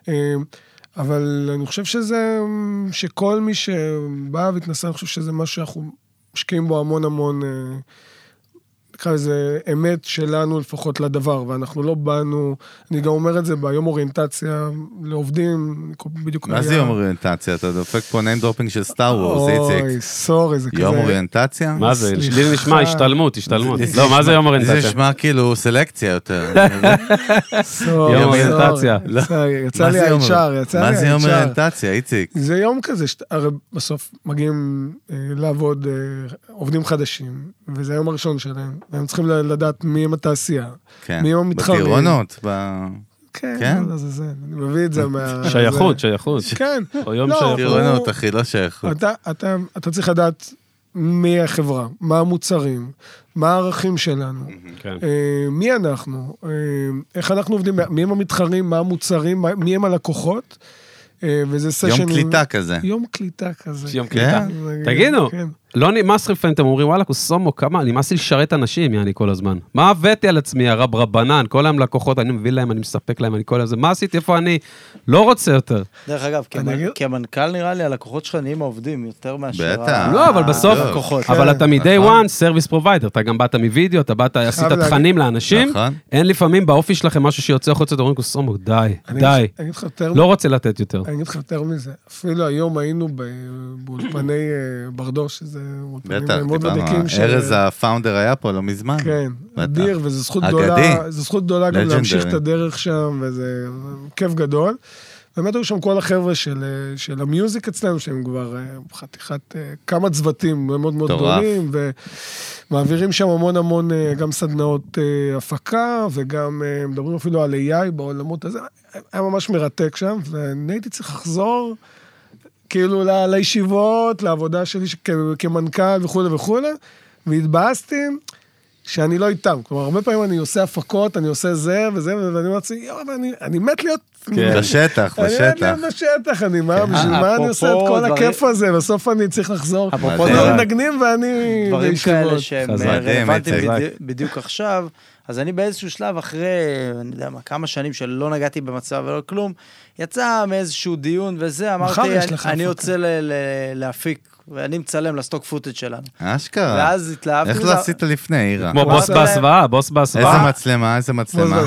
אבל אני חושב שזה, שכל מי שבא והתנסה, אני חושב שזה מה שאנחנו משקיעים בו המון המון, נקרא לזה אמת שלנו לפחות לדבר, ואנחנו לא באנו, אני גם אומר את זה ביום אוריינטציה לעובדים, בדיוק מה זה יום אוריינטציה? אתה דופק פה ניים דרופינג של סטאר וורס, איציק. אוי, סורי, זה כזה. יום אוריינטציה? מה זה? לי נשמע השתלמות, השתלמות. לא, מה זה יום אוריינטציה? זה נשמע כאילו סלקציה יותר. סורי, יום אוריינטציה. יצא לי הישר, יצא לי הישר. מה זה יום אוריינטציה, איציק? זה יום כזה, הרי בסוף מגיעים לעבוד עובדים חדשים, וזה היום הראשון שלהם, והם צריכים לדעת מי הם התעשייה, מי הם המתחרים. בטירונות, כן, זה זה, אני מביא את זה מה... שייכות, שייכות. כן. או יום שייכות. טירונות, אחי, לא שייכות. אתה צריך לדעת מי החברה, מה המוצרים, מה הערכים שלנו, מי אנחנו, איך אנחנו עובדים, מי הם המתחרים, מה המוצרים, מי הם הלקוחות, וזה סשן... יום קליטה כזה. יום קליטה כזה. יום קליטה. תגידו, לא נמאס לפעמים, אתם אומרים, וואלה, קוסומו, כמה, נמאס לי לשרת אנשים, יעני, כל הזמן. מה הבאתי על עצמי, הרב רבנן, כל היום לקוחות, אני מביא להם, אני מספק להם, אני כל הזמן, מה עשיתי, איפה אני לא רוצה יותר? דרך אגב, כמנכ"ל נראה לי, הלקוחות שלך נהיים העובדים יותר מאשר... בטח. לא, אבל בסוף, אבל אתה מ-day one, service provider, אתה גם באת מווידאו, אתה באת, עשית תכנים לאנשים, אין לפעמים באופי שלכם משהו שיוצא חוצה, אתה אומרים, קוסומו, די, די. לא רוצה לתת יותר. אני אגיד לך יותר מזה. אפילו היום היינו באולפני ברדוש, שזה בטח, דיברנו, ארז הפאונדר היה פה לא מזמן. כן, אדיר, וזו זכות גדולה, זו זכות גדולה גם להמשיך את הדרך שם, וזה כיף גדול. באמת היו שם כל החבר'ה של המיוזיק אצלנו, שהם כבר חתיכת כמה צוותים מאוד מאוד גדולים, ומעבירים שם המון המון גם סדנאות הפקה, וגם מדברים אפילו על איי איי בעולמות הזה, היה ממש מרתק שם, ואני הייתי צריך לחזור, כאילו לישיבות, לעבודה שלי כמנכ"ל וכו' וכו', והתבאסתי שאני לא איתם. כלומר, הרבה פעמים אני עושה הפקות, אני עושה זה וזה, ואני אומר לעצמי, יואו, אני מת להיות... בשטח, בשטח. אני מת להיות בשטח, אני מה, בשביל מה אני עושה את כל הכיף הזה, בסוף אני צריך לחזור. אפרופו נגנים ואני... דברים כאלה שהם רלוונטיים בדיוק עכשיו, אז אני באיזשהו שלב אחרי, אני יודע מה, כמה שנים שלא נגעתי במצב ולא כלום, יצא מאיזשהו דיון וזה, אמרתי, אני יוצא להפיק, ואני מצלם לסטוק פוטג' שלנו. אשכרה. ואז התלהבתי. איך לא עשית לפני, אירה? כמו בוס בהסוואה, בוס בהסוואה. איזה מצלמה, איזה מצלמה?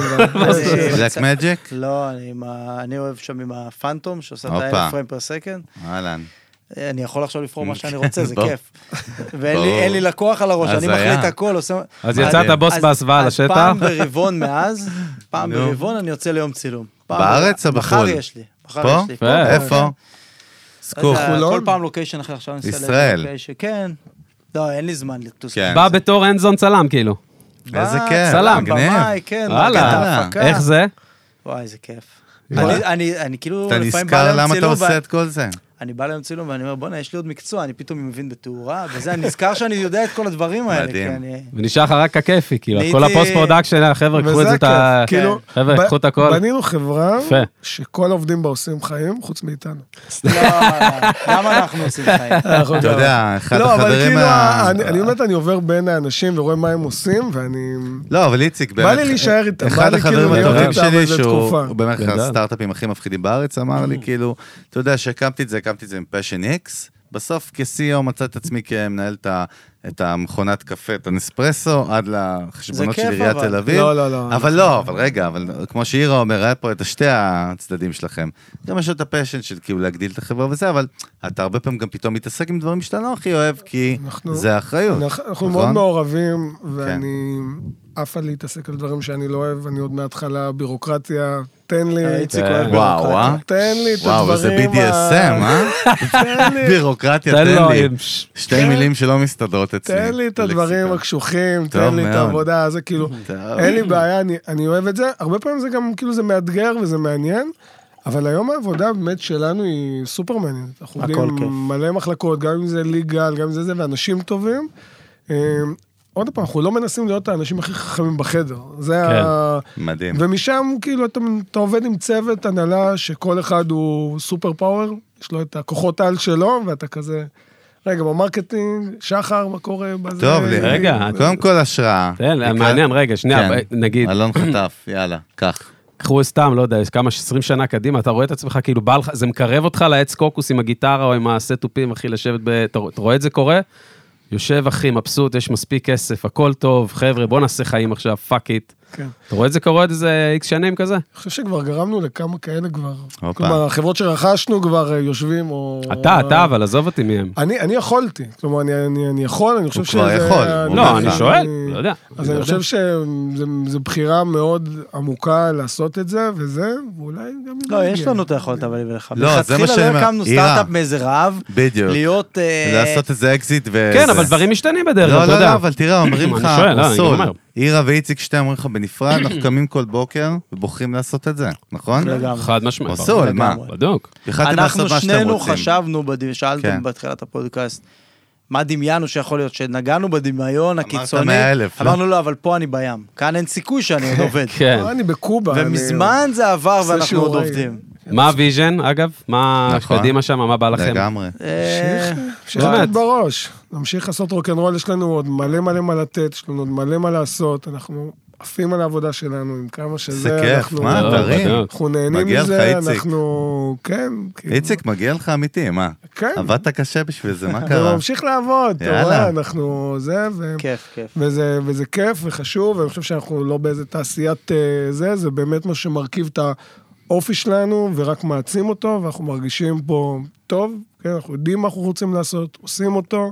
בלק מג'יק? לא, אני אוהב שם עם הפנטום, שעושה את ה-אלף פריים פר סקנד. אהלן. אני יכול עכשיו לבחור מה שאני רוצה, זה כיף. ואין לי לקוח על הראש, אני מחליט הכל. אז יצאת בוס בהסוואה לשטח? אז פעם ברבעון מאז, פעם ברבעון אני יוצא ליום צילום. בארץ או בחול? מחר יש לי. פה? איפה? סקוף. כל פעם לוקיישן אחר, עכשיו אני ישראל. כן. לא, אין לי זמן לטוס. בא בתור אנזון צלם, כאילו. איזה כיף. צלם. במאי, כן. איך זה? וואי, איזה כיף. אני כאילו... אתה נזכר למה אתה עושה את כל זה? אני בא ליום צילום ואני אומר, בוא'נה, יש לי עוד מקצוע, אני פתאום מבין בתאורה, וזה, אני נזכר שאני יודע את כל הדברים האלה. ונשאר לך רק הכיפי, כאילו, כל הפוסט פרודקשן, החבר'ה, קחו את זה, חבר'ה, קחו את הכל. בנינו חברה שכל העובדים בה עושים חיים, חוץ מאיתנו. לא, למה אנחנו עושים חיים? אתה יודע, אחד לא, אבל החברים... כאילו, אני באמת, אני עובר בין האנשים ורואה מה הם עושים, ואני... לא, אבל איציק, בא לי להישאר איתם, בא לי כאילו להיות איתם איזה תקופה. הוא באמת אחד הסטארט-אפים הכי מפחידים בארץ, אמר לי, כאילו, אתה יודע, שהקמתי את זה, הקמתי את זה עם פשן איקס, בסוף כ-סי אי או מצא את עצמי כמנהל את המכונת קפה, את הנספרסו, עד לחשבונות של עיריית תל אביב. לא, לא, לא. אבל לא, אבל רגע, אבל כמו שאירה אומר, היה פה את שתי הצדדים שלכם. גם יש את הפשן של כאילו להגדיל את החברה וזה, אבל אתה הרבה פעמים גם פתאום מתעסק עם דברים שאתה לא הכי אוהב, כי זה האחריות. אנחנו מאוד מעורבים, ואני אף עד להתעסק על דברים שאני לא אוהב, אני עוד מההתחלה בירוקרטיה, תן לי, וואו, אה? תן לי את הדברים... וואו, זה בי די אס אם, אה? בירוקרטיה, תן לי. שתי מילים שלא מסתדרות אצלי. תן לי את הדברים הקשוחים, תן לי את העבודה, זה כאילו, אין לי בעיה, אני אוהב את זה. הרבה פעמים זה גם, כאילו, זה מאתגר וזה מעניין, אבל היום העבודה באמת שלנו היא סופר מעניינת. אנחנו יודעים מלא מחלקות, גם אם זה ליגל, גם אם זה זה, ואנשים טובים. עוד פעם, אנחנו לא מנסים להיות האנשים הכי חכמים בחדר. זה ה... מדהים. ומשם, כאילו, אתה, אתה עובד עם צוות הנהלה, שכל אחד הוא סופר פאוור, יש לו את הכוחות על שלו, ואתה כזה... רגע, במרקטינג, שחר, מה קורה בזה? טוב לי, רגע, קודם כל השראה. תן, מעניין, רגע, שנייה, נגיד. אלון חטף, יאללה, קח. קחו סתם, לא יודע, כמה עשרים שנה קדימה, אתה רואה את עצמך, כאילו, בא לך, זה מקרב אותך לעץ קוקוס עם הגיטרה או עם הסטופים, אחי, לשבת ב... אתה רואה את זה קורה? יושב, אחי, מבסוט, יש מספיק כסף, הכל טוב, חבר'ה, בוא נעשה חיים עכשיו, פאק איט. כן. אתה רואה את זה קורה איזה איקס שנים כזה? אני חושב שכבר גרמנו לכמה כאלה כבר. כלומר, החברות שרכשנו כבר יושבים או... אתה, אתה, אבל עזוב אותי מהם. אני, אני יכולתי. כלומר, אני, אני, אני יכול, אני חושב שזה... הוא כבר יכול. לא, אני שואל, לא יודע. אז אני חושב שזו בחירה מאוד עמוקה לעשות את זה, וזה, ואולי גם... לא, יש לנו את היכולת, אבל לך. לא, זה מה בתחילה לא הקמנו סטארט-אפ מאיזה רעב. בדיוק. להיות... לעשות איזה אקזיט ו... כן, אבל דברים משתנים בדרך כלל, אתה יודע. לא, לא, אבל תראה, אומרים לך, אוסול. אירה ואיציק שתי אומרים לך בנפרד, אנחנו קמים כל בוקר ובוחרים לעשות את זה, נכון? חד משמעית. אוסול, מה? בדוק. אנחנו שנינו חשבנו, שאלתם בתחילת הפודקאסט, מה דמיינו שיכול להיות, שנגענו בדמיון הקיצוני, אמרנו לו, אבל פה אני בים, כאן אין סיכוי שאני עוד עובד. אני בקובה. ומזמן זה עבר ואנחנו עוד עובדים. מה הוויז'ן, אגב? מה קדימה שם, מה בא לכם? לגמרי. נמשיך להיות בראש. נמשיך לעשות רוק'נ'רול, יש לנו עוד מלא מלא מה לתת, יש לנו עוד מלא מה לעשות, אנחנו עפים על העבודה שלנו, עם כמה שזה, זה כיף, מה, דברים? אנחנו נהנים מזה, אנחנו, כן. איציק, מגיע לך אמיתי, מה? כן. עבדת קשה בשביל זה, מה קרה? וממשיך לעבוד, אתה רואה, אנחנו, זה, כיף, כיף. וזה כיף וחשוב, ואני חושב שאנחנו לא באיזה תעשיית זה, זה באמת מה שמרכיב את האופי שלנו, ורק מעצים אותו, ואנחנו מרגישים פה טוב, כן, אנחנו יודעים מה אנחנו רוצים לעשות, עושים אותו,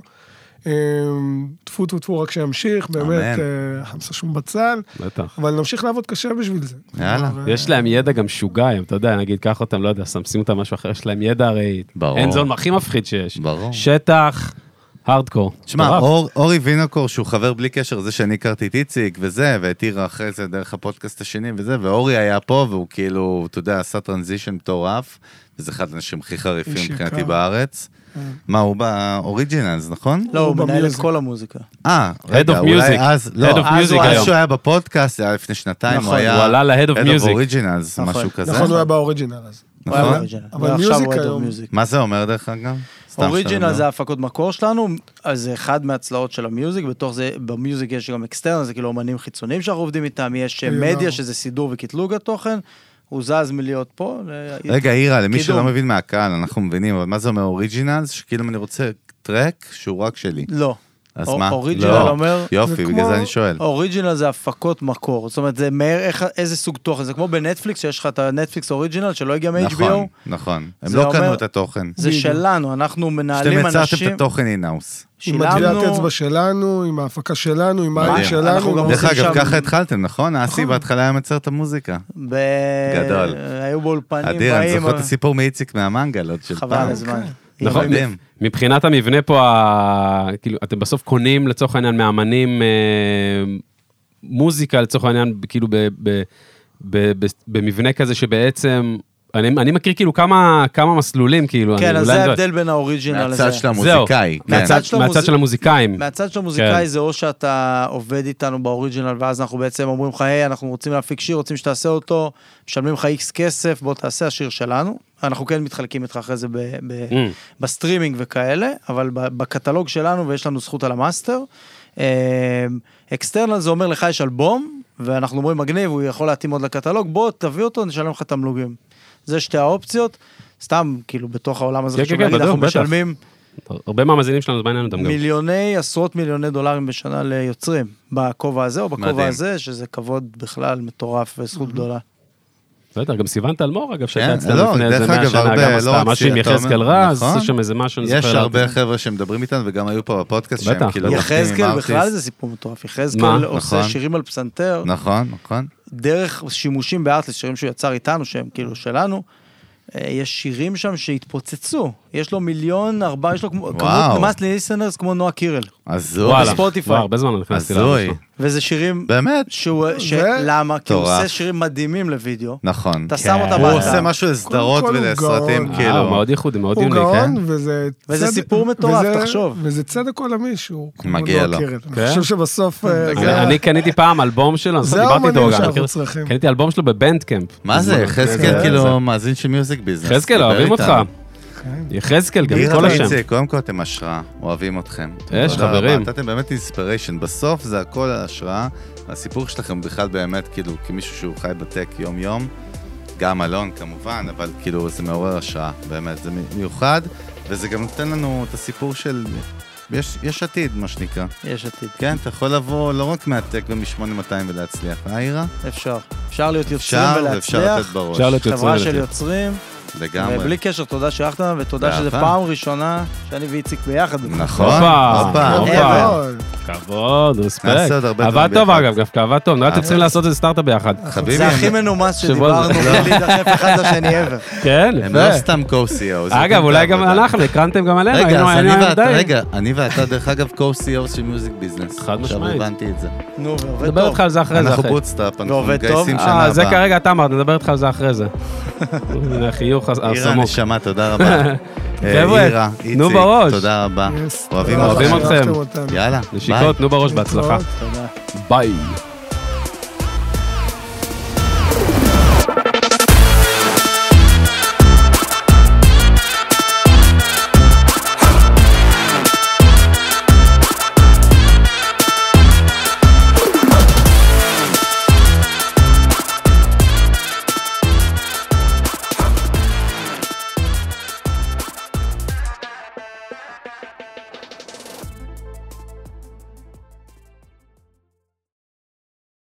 תפו תפו תפו רק שימשיך, באמת, חמסה שום בצל, אבל נמשיך לעבוד קשה בשביל זה. יאללה. יש להם ידע גם שוגע, אתה יודע, נגיד, קח אותם, לא יודע, שמים אותם משהו אחר, יש להם ידע הרי, אין זון הכי מפחיד שיש. ברור. שטח, הארדקור. תשמע, אורי וינוקור, שהוא חבר בלי קשר, זה שאני הכרתי את איציק וזה, ואת אירה אחרי זה דרך הפודקאסט השני וזה, ואורי היה פה, והוא כאילו, אתה יודע, עשה טרנזישן מטורף, וזה אחד האנשים הכי חריפים מבחינתי בארץ. מה, הוא באוריג'ינלס, נכון? לא, הוא מנהל את כל המוזיקה. אה, רגע, אולי אז, לא, אז שהוא היה בפודקאסט, זה היה לפני שנתיים, הוא היה... הוא עלה ל-Head of Music. אוריג'ינלס, משהו כזה. נכון, הוא היה באוריג'ינל אז. נכון? אבל מיוזיק היום. מה זה אומר דרך אגב? אוריג'ינל זה ההפקות מקור שלנו, אז זה אחד מהצלעות של המיוזיק, בתוך זה, במיוזיק יש גם אקסטרנל, זה כאילו אומנים חיצוניים שאנחנו עובדים איתם, יש מדיה שזה סידור וקטלוג התוכן, הוא זז מלהיות פה. רגע, אירה, למי שלא מבין מהקהל, אנחנו מבינים, אבל מה זה אומר אוריג'ינל? שכאילו אני רוצה טרק שהוא רק שלי. לא. אז מה? אוריג'ינל אומר... יופי, בגלל זה אני שואל. אוריג'ינל זה הפקות מקור, זאת אומרת, זה איזה סוג תוכן, זה כמו בנטפליקס, שיש לך את הנטפליקס אוריג'ינל, שלא הגיע מ-אייץ' בי או. נכון, נכון. הם לא קנו את התוכן. זה שלנו, אנחנו מנהלים אנשים... שאתם יצרתם את התוכן אינאוס. עם הטביעת אצבע שלנו, עם ההפקה שלנו, עם העין שלנו. דרך אגב, ככה התחלתם, נכון? אסי בהתחלה היה מצר את המוזיקה. גדול. היו באולפנים באים. אדיר, אני זוכר את הסיפור מאיציק מהמנגל עוד של פעם. חבל הזמן. נכון, מבחינת המבנה פה, כאילו, אתם בסוף קונים לצורך העניין מאמנים מוזיקה לצורך העניין, כאילו במבנה כזה שבעצם, אני, אני מכיר כאילו כמה, כמה מסלולים, כאילו. כן, אני, אז זה ההבדל בין האוריג'ינל לזה. מהצד של המוזיקאי. כן. מהצד, של, מהצד של המוזיקאים. מהצד של המוזיקאי כן. זה או שאתה עובד איתנו באוריג'ינל, ואז אנחנו בעצם אומרים לך, היי, אנחנו רוצים להפיק שיר, רוצים שתעשה אותו, משלמים לך איקס כסף, בוא תעשה השיר שלנו. אנחנו כן מתחלקים איתך אחרי זה ב, ב, mm. בסטרימינג וכאלה, אבל בקטלוג שלנו, ויש לנו זכות על המאסטר. אקסטרנל זה אומר לך יש אלבום, ואנחנו אומרים מגניב, הוא יכול להתאים עוד לקטלוג, בוא תביא אותו, נשלם לך תמלוגים. זה שתי האופציות, סתם, כאילו, בתוך העולם הזה, כן, כן, אנחנו משלמים... הרבה מהמאזינים שלנו, זה בעניין אותם גם. מיליוני, עשרות מיליוני דולרים בשנה ליוצרים, בכובע הזה או בכובע הזה, שזה כבוד בכלל מטורף וזכות גדולה. בטח, גם סיוון תלמור, אגב, שהייתה אצלנו לפני איזה מאה שנה, גם עשתה משהו עם יחזקאל רז, יש שם איזה משהו, יש הרבה חבר'ה שמדברים איתנו, וגם היו פה בפודקאסט שהם כאילו... יחזקאל בכלל זה סיפור מטורף, יחזקאל עושה שירים על פסנתר, נכון, נכון. דרך שימושים בארטליסט, שירים שהוא יצר איתנו, שהם כאילו שלנו, יש שירים שם שהתפוצצו, יש לו מיליון, ארבע, יש לו כמו- כמות וואו. נמאס ליסנרס כמו נועה קירל. הזוי. וואלה, בספוטיפיי. וואו, הרבה זמן לא נכנסתי לאבא הזוי. שלו. וזה שירים, באמת? שהוא, ש... למה? כי הוא מטורף. עושה שירים מדהימים לוידאו. נכון. אתה שם אותם הוא באתר. עושה משהו לסדרות קודם כל הוא ולסרטים, גאון. אה, כאילו. הוא מאוד ייחודי, מאוד הוא יוניק. גאון, כן? וזה... וזה צדק- סיפור מטורף, וזה- תחשוב. וזה צדק עולמי שהוא... כמו מגיע נועה לו. קירל. כן? אני חושב שבסוף... אה, אני- זה- אני קניתי פעם אלבום שלו, אני זה דיברתי איתו האומנים גם, שאנחנו מכיר? צריכים. קניתי אלבום שלו בבנדקמפ. מה זה? זה- יחזקאל כאילו מאזין של מיוזיק ביזנס. יחזקאל, דבר אוהבים אותך. איתנו. יחזקאל, גם בירה כל השם. ואיציק, קודם כל אתם השראה, אוהבים אתכם. יש, תודה חברים. רבה, נתתם באמת אינספיריישן, בסוף זה הכל השראה, הסיפור שלכם בכלל באמת, כאילו, כמישהו שהוא חי בטק יום-יום, גם אלון כמובן, אבל כאילו זה מעורר השראה, באמת, זה מיוחד, וזה גם נותן לנו את הסיפור של, יש, יש עתיד, מה שנקרא. יש עתיד. כן, אתה יכול לבוא לא רק מהטק ומ-שמונה מאתיים ולהצליח, אה, אירה? אפשר. אפשר להיות יוצרים אפשר, ואפשר לתת ולהצליח. בראש. אפשר להיות יוצרים חברה של ולתת. יוצרים. לגמרי. ובלי קשר, תודה שאירחת, ותודה באהבה. שזו פעם ראשונה שאני ואיציק ביחד. נכון, הופה, הופה. הופה. גאון. כבוד, רספקט. נעשה עוד הרבה עבד דברים טוב ביחד. אגב, דווקא עבד טוב. נראה לי אתם צריכים לעשות איזה סטארט-אפ ביחד. חביבי, זה הכי הם- מנומס שבוע זה- שדיברנו, בלי להידחף אחד לשני ever. כן, הם לא יפה. סתם co-סי איו. זה אגב, נותן אולי את גם העבודה. אנחנו, הקרנתם גם עלינו, רגע, היינו אז אני היינו ואתה, די. רגע, אני ואתה דרך אגב co-סי איו של מיוזיק ביזנס. חד עכשיו משמעית. הבנתי את זה. נו, ועובד נדבר טוב. איתך על זה אחרי זה. אנחנו אחי. בוטסטאפ, אנחנו ועובד מגייסים טוב? שנה אה, זה הבאה. כרגע אתה אמרת, נדבר איתך על זה אחרי זה. הנה, החיוך אירה, הסמוק. נשמה, תודה רבה. אה, חבר'ה, אירה, תנו איציק, בראש. תודה רבה. יס, אוהבים תודה אוהבים רבה אתכם. שאירחתם אותנו. יאללה, ביי. נשיקות, תנו בראש, בהצלחה. תודה. ביי.